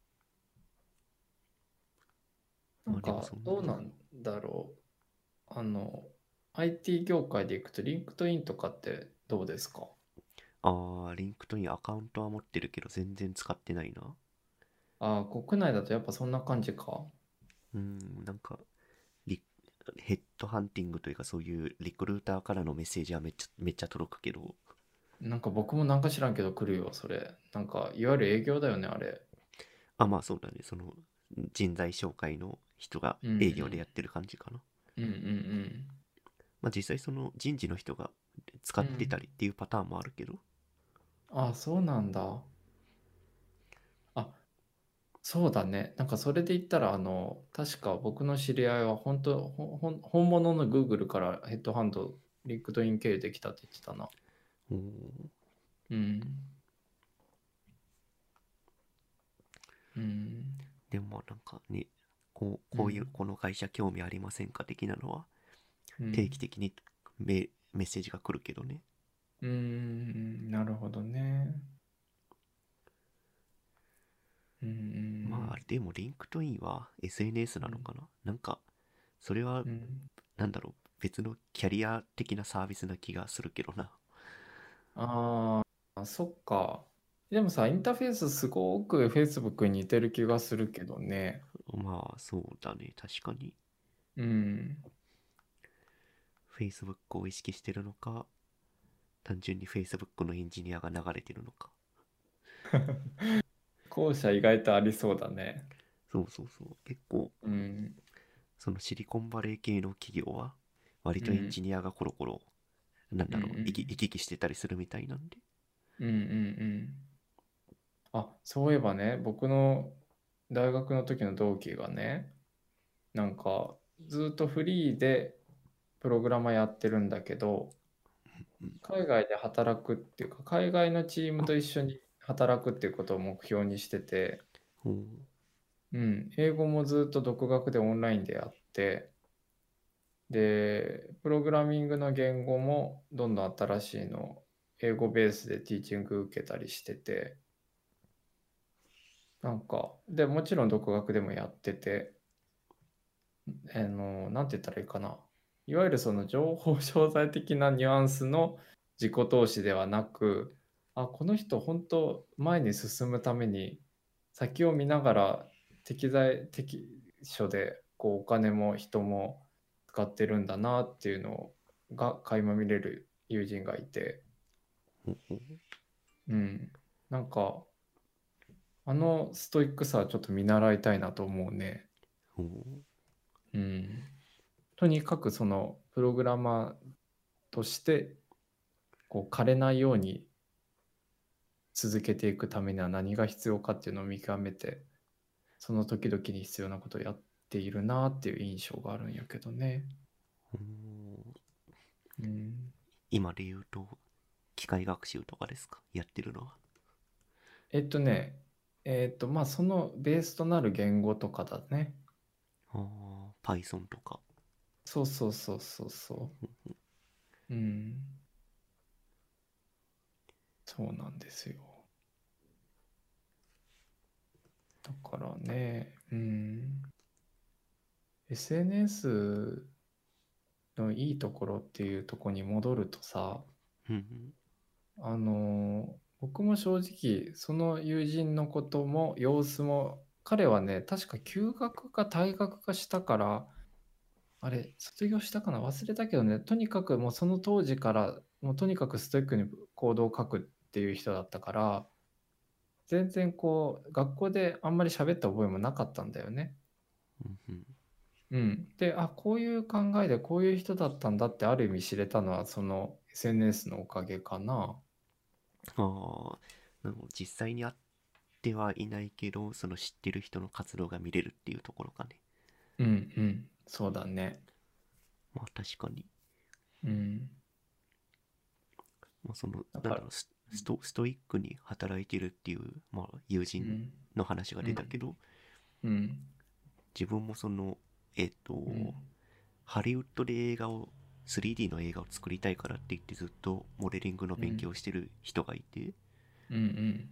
なまあでもんか、 そんな。 どうなんだろう。あの、アイティー 業界でいくと、リンクトインとかってどうですか？ あー、リンクトインアカウントは持ってるけど全然使ってないな。 ああ、国内だとやっぱそんな感じか。 うーん、なんか、リヘッドハンティングというかそういうリクルーターからのメッセージはめっちゃ、めっちゃ届くけど、 なんか僕もなんか知らんけど来るよ、それ。なんか、いわゆる営業だよね、あれ。 あ、まあそうだね、その人材紹介の人がうんう営業でやん。 ってる感じかな。 うんうんまあ実際その人事の人が使うん。うってたん。 りっていうパターンもあるけど、 ああ、そうなんだ。あ、そうだね。なんかそれで言ったら、あの、確か僕の知り合いは本当、ほほん本物の Google からヘッドハンド、リンクトイン経由できたって言ってたな。 おー、 うん。うん。 でもまあなんかね、こう、こういう、 うん。 この会社興味ありませんか的なのはうん。 定期的にメ、メッセージが来るけどね。 うーん。なるほどね。うん。 まあでもリンクトインは エスエヌエスうん。 なのかな、なんか、それはうん。 なんだろう、別のキャリア的なサービスな気がするけどな。 ああ、そっか。でもさ、インターフェースすごく Facebook に似てる気がするけどね。 まあそうだね、確かに。 うん。 Facebook を意識してるのか、単純に Facebook のエンジニアが流れてるのか。 後者意外とありそうだね。 そうそうそう。結構、 うん。 そのシリコンバレー系の企業は、割とエンうん。 ジニアがコロコロ、なんうんうだろう、行きん。 行き来してたりするみたいなんで。 うんうんうん。あ、そういえばね、僕の大学の時の同期がね、なんかずっとフリーでプログラマーやってるんだけど、 うん。 海外で働くっていうか、海外のチームと一緒に働くっていうことを目標にしてて、 ほう。 うん、英語もずっと独学でオンラインでやって、で、プログラミングの言語もどんどん新しいの、英語ベースでティーチング受けたりしてて、なんか、で、もちろん独学でもやってて、あの、なんて言ったらいいかな。いわゆるその情報商材的なニュアンスの自己投資ではなく、あ、この人本当前に進むために先を見ながら適材適所でこうお金も人も使ってるんだなっていうのが垣間見れる友人がいて、 ほうほう。 うん。なんか、あのストイックさはちょっと見習いたいなと思うね。 ほう。 うん。 とにかくそのプログラマーとしてこう枯れないように続けていくためには何が必要かっていうのを見極めて、その時々に必要なことをやっているなっていう印象があるんやけどね。 うーんうん、 今で言うと、機械学習とかですか、やってるのは。 えっとね、えっとまあそのベースとなる言語とかだね。 ああ、Python とか。 そうそうそうそうそう。うん、そうなんですよ。だからね、うん、エスエヌエス のいいところっていうところに戻るとさ、 うんうんあの僕も正直その友人のことも様子も、彼はね確か休学か退学かしたから、あれ卒業したかな忘れたけどね、とにかくもうその当時からもうとにかくストイックに行動を書くっていう人だったから、全然こう学校であんまり喋った覚えもなかったんだよね。 うんうんうん、で、あ、こういう考えでこういう人だったんだってある意味知れたのはその エスエヌエス のおかげかな。 ああ、なるほど。実際に会ってはいないけど、その知ってる人の活動が見れるっていうところかね。 うんうん、そうだね。 まあ確かに。 うん。 まあその、 だから、 なんだろう、ススト、ストイックに働いてるっていう、まあ友人うん、 の話がうん、 出たけど、 うん、 自分もその、えっうん、 と、ハリウッドで映画を、スリーディー の映画を作りたいからって言ってずっとモデリングの勉うん、 強をしてる人がいて、 うん、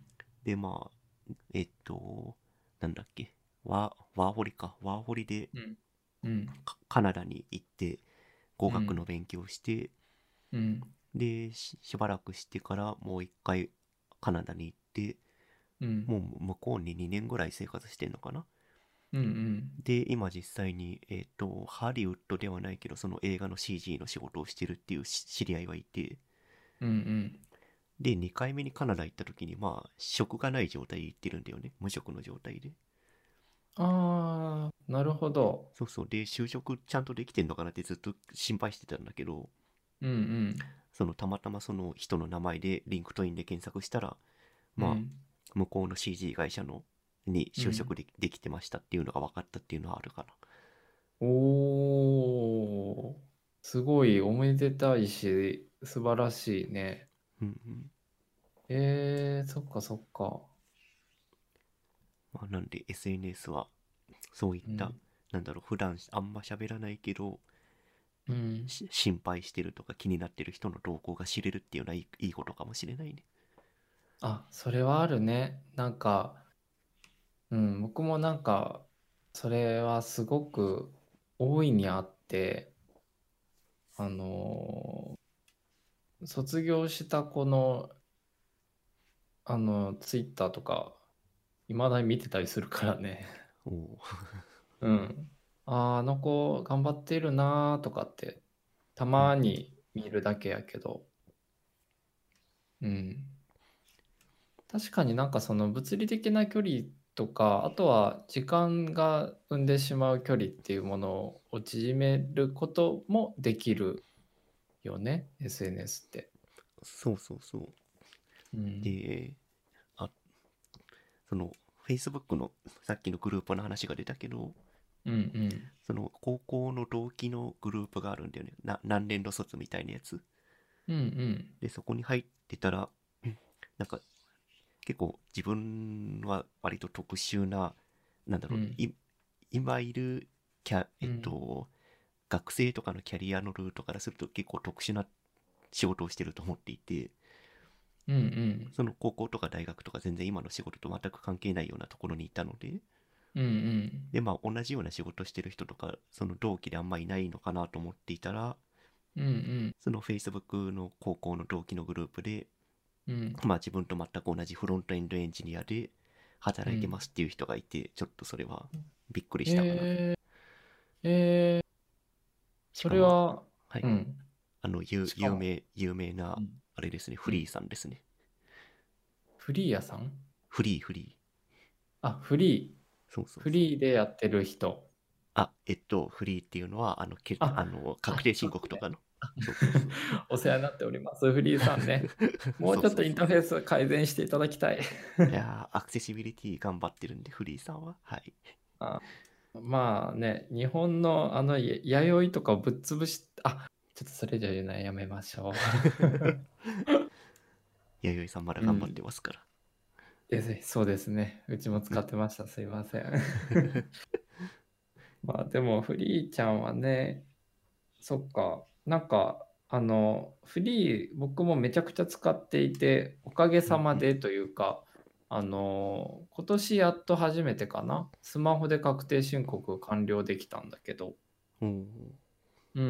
で、まあ、えっと、なんだっけ、ワー、ワーホリか、ワーホリでうん、うん、 カカナダに行って語うん、 学の勉強をして、 うん、 で、ししばらくしてからもう一回カナダに行って、 うん、 もう向こうににねんぐらい生活してんのかな。 うん、うん、 で、今実際に、えっと、ハリウッドではないけど、その映画の シージー の仕事をしてるっていうし知り合いはいて、 うん、 で、にかいめにカナダ行った時に、まあ、職がない状態で行ってるんだよね。無職の状態で。 ああ、なるほど。 そうそう。で、就職ちゃんとできてんのかなってずっと心配してたんだけど、 うん、 そのたまたまその人の名前でリンクトインで検索したら、 うん、うまあ、 ん、 向こうの シージー 会社のに就うん。 職でできてましたっていうのが分かったっていうのはあるかな。 おー、すごいおめでたいし、素晴らしいね。 うんうん。 えー、そっかそっか。 まあ、なんで エスエヌエス はそういった、 うん、 なんだろう、普段あんま喋らないけど、 うん。 し心配してるとか気になってる人の動向が知れるっていうのはいい、いいことかもしれないね。 あ、それはあるね。なんか、うん、僕もなんか、それはすごく大いにあって、あのー卒業した子の、あの、ツイッターとか、いまだに見てたりするからね。 おお。 うん。あー、あの子頑張っているなーとかって、たうんまに見るだけやけど、うん。確かになんかその物理的な距離とか、あとは時間が生んでしまう距離っていうものを縮めることもできるよね、エスエヌエス って。 そうそうそう。 うん。 で、あ、その、Facebook のさっきのグループの話が出たけど、 うんうん。 その高校の同期のグループがあるんだよね。な、何年度卒みたいなやつ。 うんうん。 で、そこに入ってたら、なんか結構自分は割と特殊な、なんだろう、 うん。 い今いるキャ、えっうん。 と、学生とかのキャリアのルートからすると結構特殊な仕事をしてると思っていて、 うんうん。 その高校とか大学とか全然今の仕事と全く関係ないようなところにいたので、 うんうん。 で、まあ同じような仕事してる人とか、その同期であんまいないのかなと思っていたら、 うんうん。 その Facebook の高校の同期のグループで、 うん。 まあ自分と全く同じフロントエンドエンジニアで働いてうん。 ますっていう人がいて、ちょっとそれはびっくりしたかな。 えー、えー、そしかも、 れは、 はい。 うん。 あの、有しかも、 有名、有名な、 うん。 あれですね、フうん。 リーさんですね。 フリー屋さん。 フリー、フリー。 あ、フリー。 そうそうそう。 フリーでやってる人。 あ、えっと、フリーっていうのは、あの、け、ああ、 の、確あ、 定申そうですね。 告とかの。そうそうそう。 お世話になっております。フリーさんね。もうちょっそうそうそう。 とインターフェース改善していただきたい。 いやー、アクセシビリティ頑張ってるんで、フリーさんは。はい。 あ、まあね、日本のあのや弥生とかをぶっ潰し、あ、ちょっとそれ以上言うのはやめましょ弥生さんまだう。う頑張っん。 てますから。 え、そうですね。うちもうん。 使ってました。すいません。まあでも、フリーちゃんはね、そっか、なんか、あの、フリー、僕もめちゃくちゃ使っていて、おかげうんうん。 さまでというか、あの、今年やっと初めてかな、スマホで確定申告完了できたんだけど、 おー。 うん。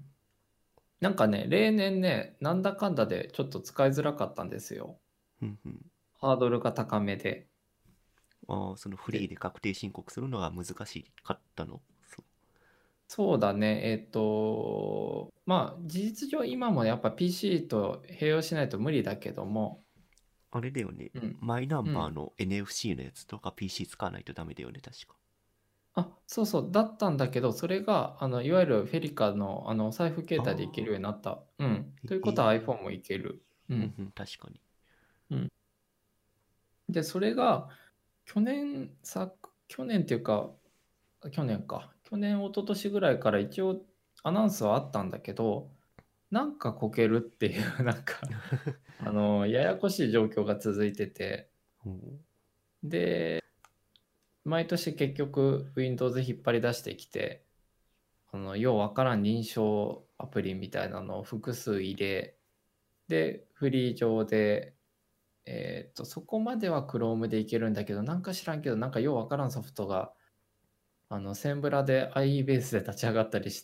なんかね、例年ね、なんだかんだでちょっと使いづらかったんですよ。 うんうん。 ハードルが高めで。 ああ、そのフリーで、 で確定申告するのが難しかったの。そう。 そうだね、えっと、まあ、事実上今もやっぱ ピーシー と併用しないと無理だけども、 あれだよね。 うん。 マイナンうん。 バーの エヌエフシー のやつとか ピーシー 使わないとダメだよね、確か。 あ、そうそう、だったんだけど、それが、あの、いわゆるフェリカの、あの、お財布携あ帯でいけるようになった。うん。 あ、 ということはええ iPhone もいける。うん。 うんうん、確かに。 うん。で、それが、去年、さ、去年っていうか、去年か。去年、一昨年ぐらいから一応アナウンスはあったんだけど、なんかこけるっていう、なんか、あの、ややこしい状況が続いてて、 おー。 で、毎年結局 Windows 引っ張り出してきて、あの、ようわからん認証アプリみたいなのを複数入れ、で、フリー上で、えっと、そこまでは Chrome でいけるんだけど、なんか知らんけど、なんかようわからんソフトが、あの、センブラで アイイー ベースで立ち上がったりして、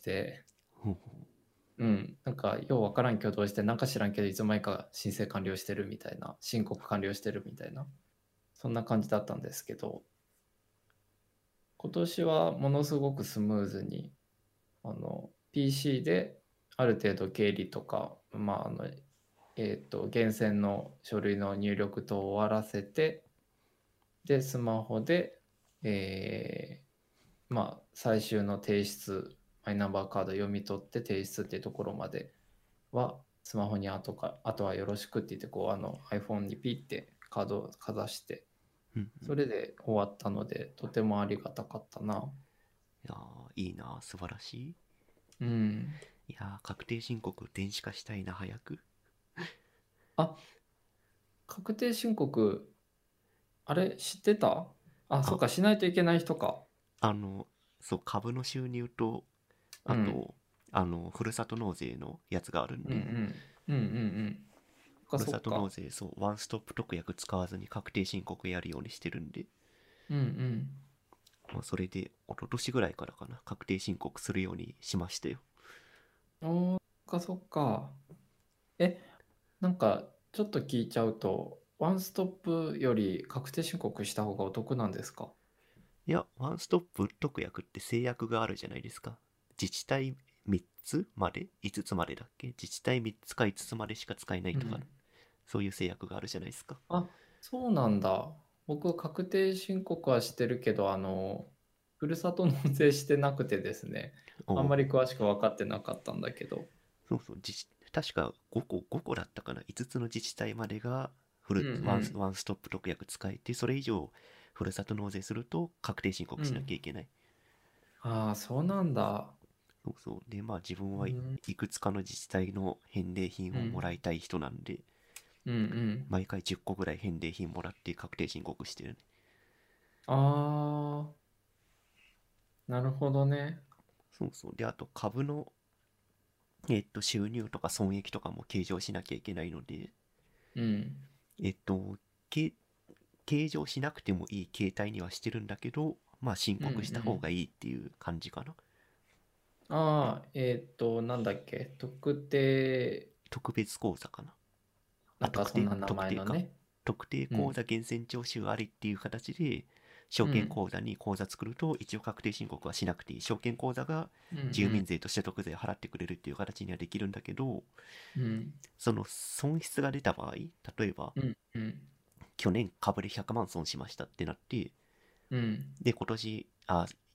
ほうほうん、なんかようわからん挙動して、なんか知らんけど、いつの間にか申請完了してるみたいな、申告完了してるみたいな、そんな感じだったんですけど、今年はものすごくスムーズに、あの、ピーシー である程度経理とか、まあ、あの、えっと、厳選の書類の入力等を終わらせて、で、スマホで、えーまあ、最終の提出、マイナンバーカード読み取って提出っていうところまでは、スマホにあとか、あとはよろしくって言って、こう、あの iPhone にピッてカードをかざして、 う。うんうん。 それで終わったので、とてもありがたかったな。 いやー、いいな、素晴らしい。 うん。 いやー、確定申告電子化したいな、早く。 あ、確定申告、あれ、知ってた？あ、そっあ、 か、しないといけない人か。 あの、そう、株の収入と、 うん。 あと、あの、ふるさと納税のやつがあるんうんうで、 ん。うんうんうん。そっかふるさそっか。 と納税、そう、ワンストップ特約使わずに確定申告やるようにしてるんで、 うんうん。 まあ、それで、一昨年ぐらいからかな、確定申告するようにしましたよ。 おー、そっかそっか。え、なんか、ちょっと聞いちゃうと、ワンストップより確定申告した方がお得なんですか？ いや、ワンストップ特約って制約があるじゃないですか。自治体みっつまで ?いつ つまでだっけ？自治体みっつかいつつまでしか使えないとか、 うん。 そういう制約があるじゃないですか。 あ、そうなんだ。僕、確定申告はしてるけど、あの、ふるさと納税してなくてですね、 おお、 あんまり詳しく分かってなかったんだけど。 そうそう、自治確かごこ、ごこだったかな。いつつの自治体までがフうんうルワンス、 ん。 ワンストップ特約使えて、それ以上、ふるさと納税すると確定申告しなきゃうん。 いけない。 ああ、そうなんだ。 そうそう。で、まあ自分はいうん。 いくつかの自治体の返礼品をもうん。 らいたい人なんで、 うんうん。 毎回じゅっこぐらい返礼品もらって確定申告してるね。 ああ、なるほどね。 そうそう。で、あと株の、えっと、収入とか損益とかも計上しなきゃいけないので、 うん。 えっと、計計上しなくてもいい形態にはしてるんだけど、まあ申うんう告した方がん。 いいっていう感じかな。 ああ、えっと、なんだっけ、特定、 特別口座かな。あ、 なんか特定そんな名特定か。 前のね。 特定うん。 口座源泉徴収ありっていう形で、証券うん。 口座に口座作ると一応確定申告はしなくていい。証券口座がうんうん。 住民税と所得税払ってくれるっていう形にはできるんだけど、 うん。 その損失が出た場合、例えばうん。うん。 去年株でひゃくまん損しましたってなって、 うん。 で、今年、あ、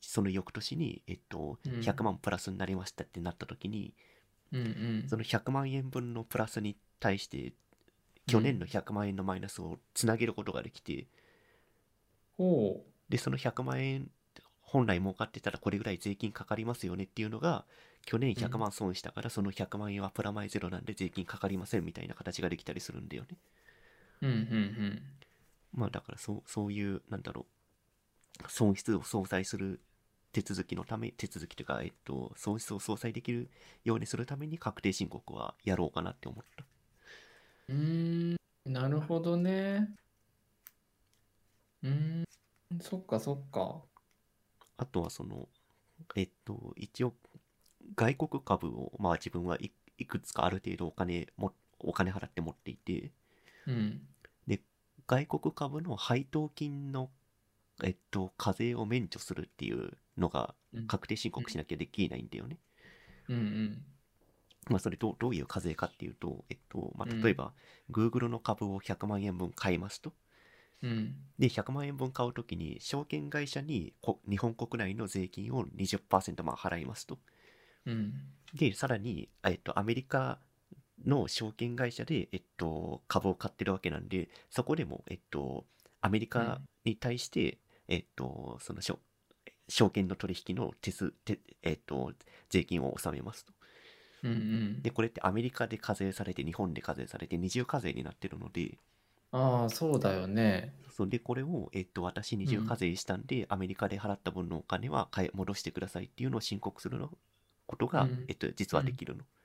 その翌年に、えっと、 うんひゃくまんプラスになりましたってなった時に、 うんうんそのひゃくまん円分のプラスに対して去年のうん。 ひゃくまん円のマイナスをつなげることができて、 ほでそのひゃくまん円本来儲かってたらこれぐらい税金かかりますよねっていうのが、去年う。う 100 ん万損したからそのひゃくまん円はプラマイゼロなんで税金かかりませんみたいな形ができたりするんだよね。 うんうんまあだからそうそういうなんだろう、損失を相殺する手続きのため、手続きというか、えっと、損失を相殺できるようにするために確定申告はやろうかなって思った。 うん。うーん、なるほどね。うーん、そっかそっか。 あとはその、えっと、一応外国株をまあ自分はい、いくつかある程度お金もお金払って持っていて、 うん。 で外国株の配当金のえっと課税を免除するっていうのがうん確定申告しなきゃできないんだよね。 うんうんまあそれどうどういう課税かっていうと、えっとまうんあ例えば Google の株をひゃくまん円分買いますと。 うんでひゃくまん円分買うときに証券会社にこ日本国内の税金をにじゅっパーセントまあ払いますと。 うんでさらに、えっと、アメリカの証券会社で、えっと、株を買ってるわけなんで、そこでも、えっと、アメリカうんに対して、えっと、その証証券の取引の手数、手えっと、税金を納めますと。 うんうん。 で、これってアメリカで課税されて、日本で課税されて、二重課税になってるので、 ああ、そうだよね。 そんで、これを、えっと、私二重課うん税したんで、アメリカで払った分のお金は買い戻してくださいっていうのを申告するのことが、 うんえっと、実うん。 はできるの。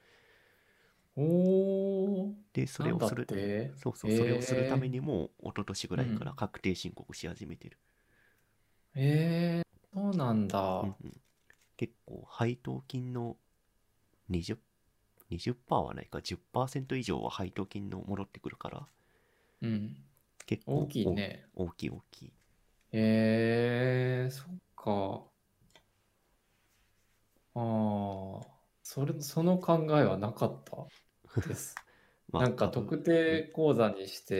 おー、 で、それなんだっをする、 て。 そうそう、それをするためえにも、一昨年ぐー、うらいからん。 確定申告し始めてる。 えー、そうなんだ。 うんうん。結構、配当金のにじゅう、にじゅっパーセントはないか、じゅっパーセント以上は配当金の戻ってくるから、 うん。大結構おきいね。 大きい大きい。 えー、そっか。ああ、それ、その考えはなかったです。 まあ、 なんか株、 特うん、 定口座にして、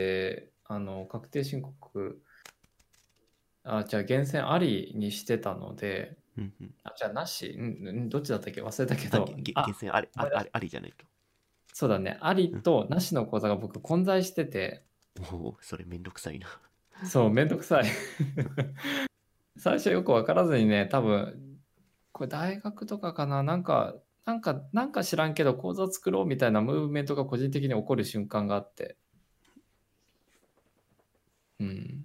あの、確定申告、あ、じゃあ厳選ありにしてたので、 うんうん。 あ、じゃあなし、うん、うんどっちだったっけ忘れたけあ、 ど、 げ、げ、厳あ、 選あり、あ、あり、 思い出した。 ありじゃないと。 そうだね。ありうん。 となしの口座が僕混在してて、 おお、それめんどくさいな。 そう、めんどくさい。最初よくわからずにね、多分、これ大学とかかな、なんか、なんか、なんか知らんけど、口座作ろうみたいなムーブメントが個人的に起こる瞬間があって、うん。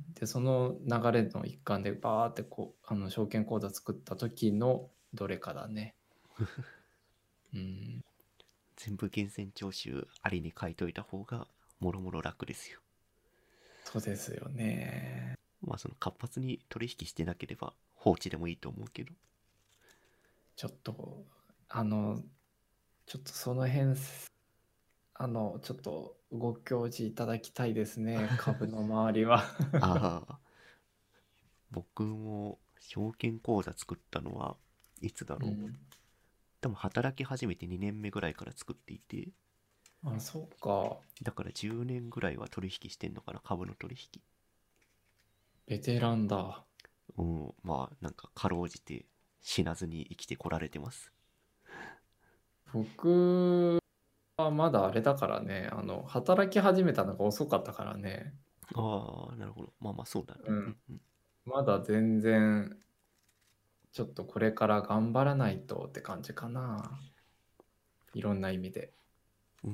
で、その流れの一環で、バーってこう、あの、証券口座作った時のどれかだね。うん。 全部源泉徴収ありに書いといた方が、もろもろ楽ですよ。 そうですよね。 まあ、その活発に取引してなければ放置でもいいと思うけど。 ちょっと、あの、ちょっとその辺、あの、ちょっとご教示いただきたいですね、株の周りは。 ああ、僕も証券口座作ったのはいつだろう。 うん。 多分働き始めてにねんめぐらいから作っていて、 あ、そうか。 だからじゅうねんぐらいは取引してんのかな、株の取引。 ベテランだ。 うん、まあなんかかろうじて死なずに生きてこられてます。 僕はまだあれだからね、あの、働き始めたのが遅かったからね。 ああ、なるほど。まあまあそうだね。 うん。 うんうん。 まだ全然、ちょっとこれから頑張らないとって感じかな。いろんな意味で。 うん。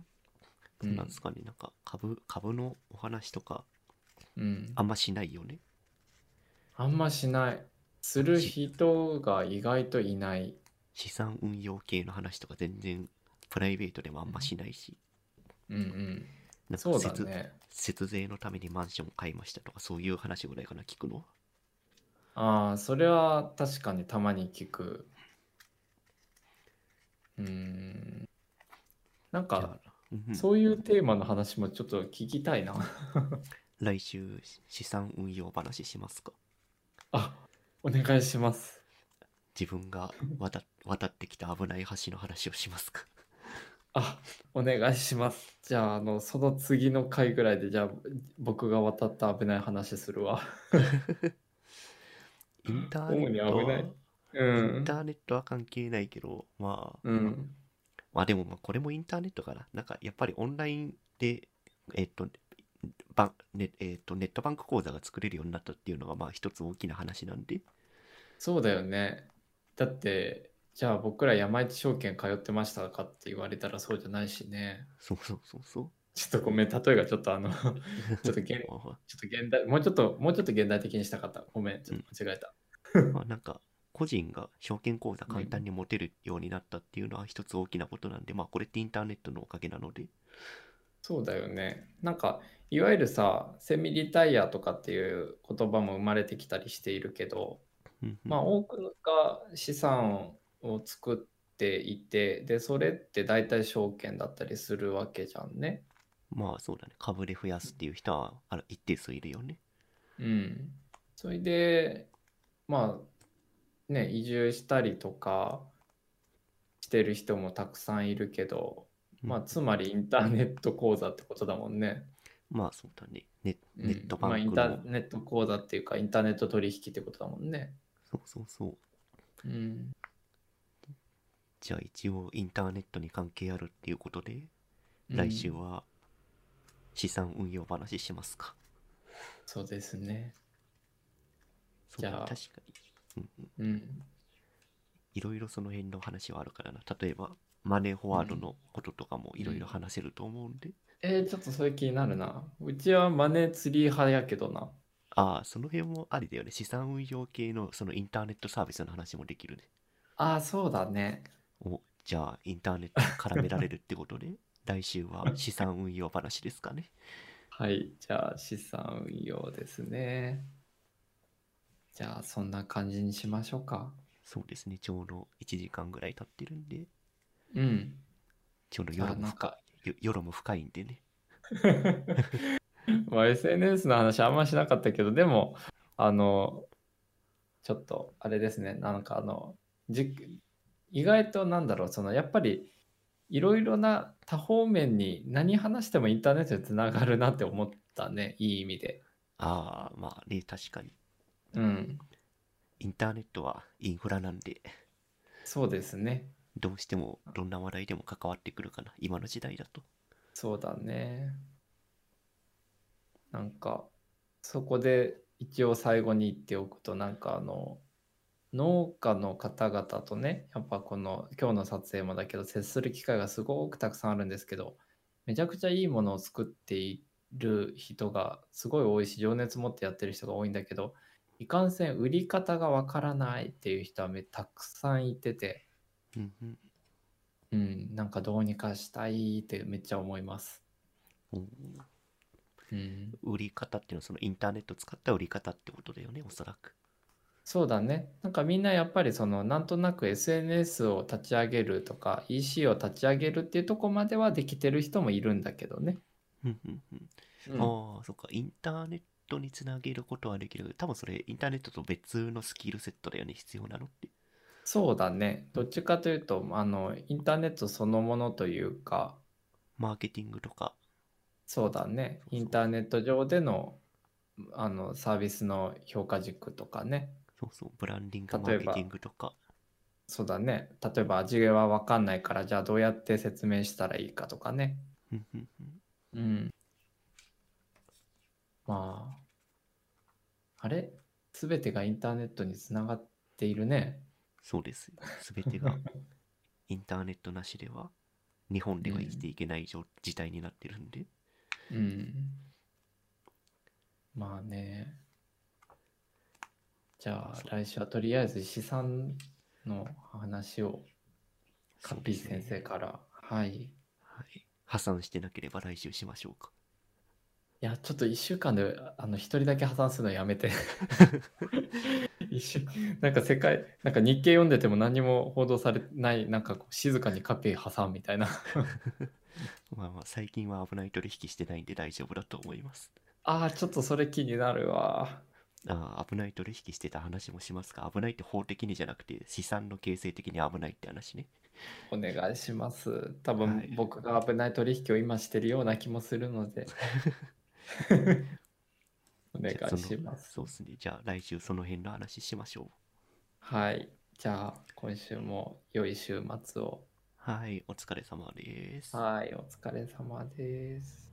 そうなんでうん。 すかね。なんか株、株のお話とかうん。 あんましないよね。 あんましない。するし、 人が意外といない。 資産運用系の話とか全然プライベートでもあんましないし、 うんうん。 なんかそうだ節、 ね。 節税のためにマンションを買いましたとかそういう話ぐらいかな、聞くのは。 ああ、それは確かにたまに聞く。うーん。なんじゃあ、 か、 うんうん。 そういうテーマの話もちょっと聞きたいな。 来週資産運用話しますか？ あ、お願いします。 自分が渡渡ってきた危ない橋の話をしますか？ あ、お願いします。じゃあ、あの、その次の回ぐらいで、じゃあ、僕が渡った危ない話するわ。 インターネッ主に危ない。 トは、 うインん。 ターネットは関係ないけど、まあ、 うん。 まあでもまあこれもインターネットかな。なんかやっぱりオンラインで、えっと、バンねえっと、ネットバンク口座が作れるようになったっていうのがまあ一つ大きな話なんで、 そうだよね。だって、じゃあ僕ら山一証券通ってましたかって言われたらそうじゃないしね。 そうそうそうそちょっとごめん、例えがちょっとあのちょっと現、 う。まあ、 ちょっと現代、もうちょっと、もうちょっと現代的にしたかった。ごめん、ちょっうん。 と間違えた。 まあなんか、個人が証券口座うん。 簡単に持てるようになったっていうのは一つ大きなことなんで、まあこれってインターネットのおかげなので、 そうだよね。なんか、いわゆるさ、セミリタイヤとかっていう言葉も生まれてきたりしているけど、 うんうん。 まあ多くが資産を作っていて、で、それって大体証券だったりするわけじゃんね。 まあそうだね。株で増やすっていう人はあら一定数いるよね。 うん。それで、まあね、移住したりとかしてる人もたくさんいるけど、 うん。 まあつまりインターネット口座ってことだもんね。 まあそうだね。ネ、ネットうん。 バまあインターンクの、 ネット口座っていうかインターネット取引ってことだもんね。 そうそうそう。 うん。 じゃあ一応インターネットに関係あるっていうことで、来週うん。 は資産運用話しますか。 そうですね。 そうだね。 じゃあ、 確かに。うんうん。 うん。 いろいろその辺の話はあるからな。例えば、マネーフォワードうん。 のこととかもいろいろうん。 話せると思うんで。 えー、ちょっとそれ気になるな。うちはマネーツリー派やけどな。 ああ、その辺もありだよね。資産運用系のそのインターネットサービスの話もできるね。 ああ、そうだね。 お、じゃあインターネットに絡められるってことで、来週は資産運用話ですかね。 はい。じゃあ、資産運用ですね。じゃあ、そんな感じにしましょうか。 そうですね。ちょうどいちじかんぐらい経ってるんで、 うん。 ちょうどじゃあ、 夜も深なんかい、よ夜も深いんでね。 まあ、エスエヌエス の話あんましなかったけど、でも、あの、ちょっと、あれですね。なんか、あの、じ、意外となんだろう、その、やっぱり、いろいろな多方面に何話してもインターネットでつながるなって思ったね。いい意味で。 ああ、まあね、確かに。 うん。 インターネットはインフラなんで、 そうですね。 どうしてもどんな話題でも関わってくるかな。今の時代だと。 そうだね。なんか、そこで一応最後に言っておくと、なんかあの、農家の方々とね、やっぱこの今日の撮影もだけど、接する機会がすごくたくさんあるんですけど、めちゃくちゃいいものを作っている人がすごい多いし、情熱持ってやってる人が多いんだけど、いかんせん売り方がわからないっていう人はめたくさんいてて、 うんうん。 うん、なんかどうにかしたいってめっちゃ思います。 おうん。 売り方っていうのはそのインターネットを使った売り方ってことだよね、おそらく。 そうだね。なんかみんなやっぱりそのなんとなく エスエヌエス を立ち上げるとか イーシー を立ち上げるっていうところまではできてる人もいるんだけどね。 うんうんうん。 うん。 ああ、そっか。インターネットにつなげることはできる。多分それインターネットと別のスキルセットだよね、必要なのって。 そうだね。 うん。 どっちかというと、あの、インターネットそのものというか、 マーケティングとか。 そうだね。 そうそう。 インターネット上での、あのサービスの評価軸とかね。 そうそう。ブランディング、マーケティン例えば、 グとか。 そうだね。例えば味はわかんないから、じゃあどうやって説明したらいいかとかね。 うんうんうん。 うん。まあ、あれすべてがインターネットにつながっているね。 そうです。すべてがインターネットなしでは日本では生きてうん。 いけない状事態になってるんで。 うん。まあね。じゃあ、 まあそう。 来週はとりあえず資産の話を、カそうッピー先ですね。 生から。はい。いはい。破産してなければ来週しましょうか。 や、ちょっと一週間で、あの、一人だけ破産するのやめて。一週、なんか世界、なんか日経読んでても何も報道されない、なんかこう静かにカッピー破産みたいな。 まあまあ最近は危ない取引してないんで大丈夫だと思います。 ああ、ちょっとそれ気になるわ。 ああ、危ない取引してた話もしますか。危ないって法的にじゃなくて資産の形成的に危ないって話ね。 お願いします。多はい。 分僕が危ない取引を今してるような気もするので。 お願じゃあその、 いします。 そうですね。じゃあ来週その辺の話しましょう。 はい。じゃあ、今週も良い週末を。 はい、お疲れ様です。 はい、お疲れ様です。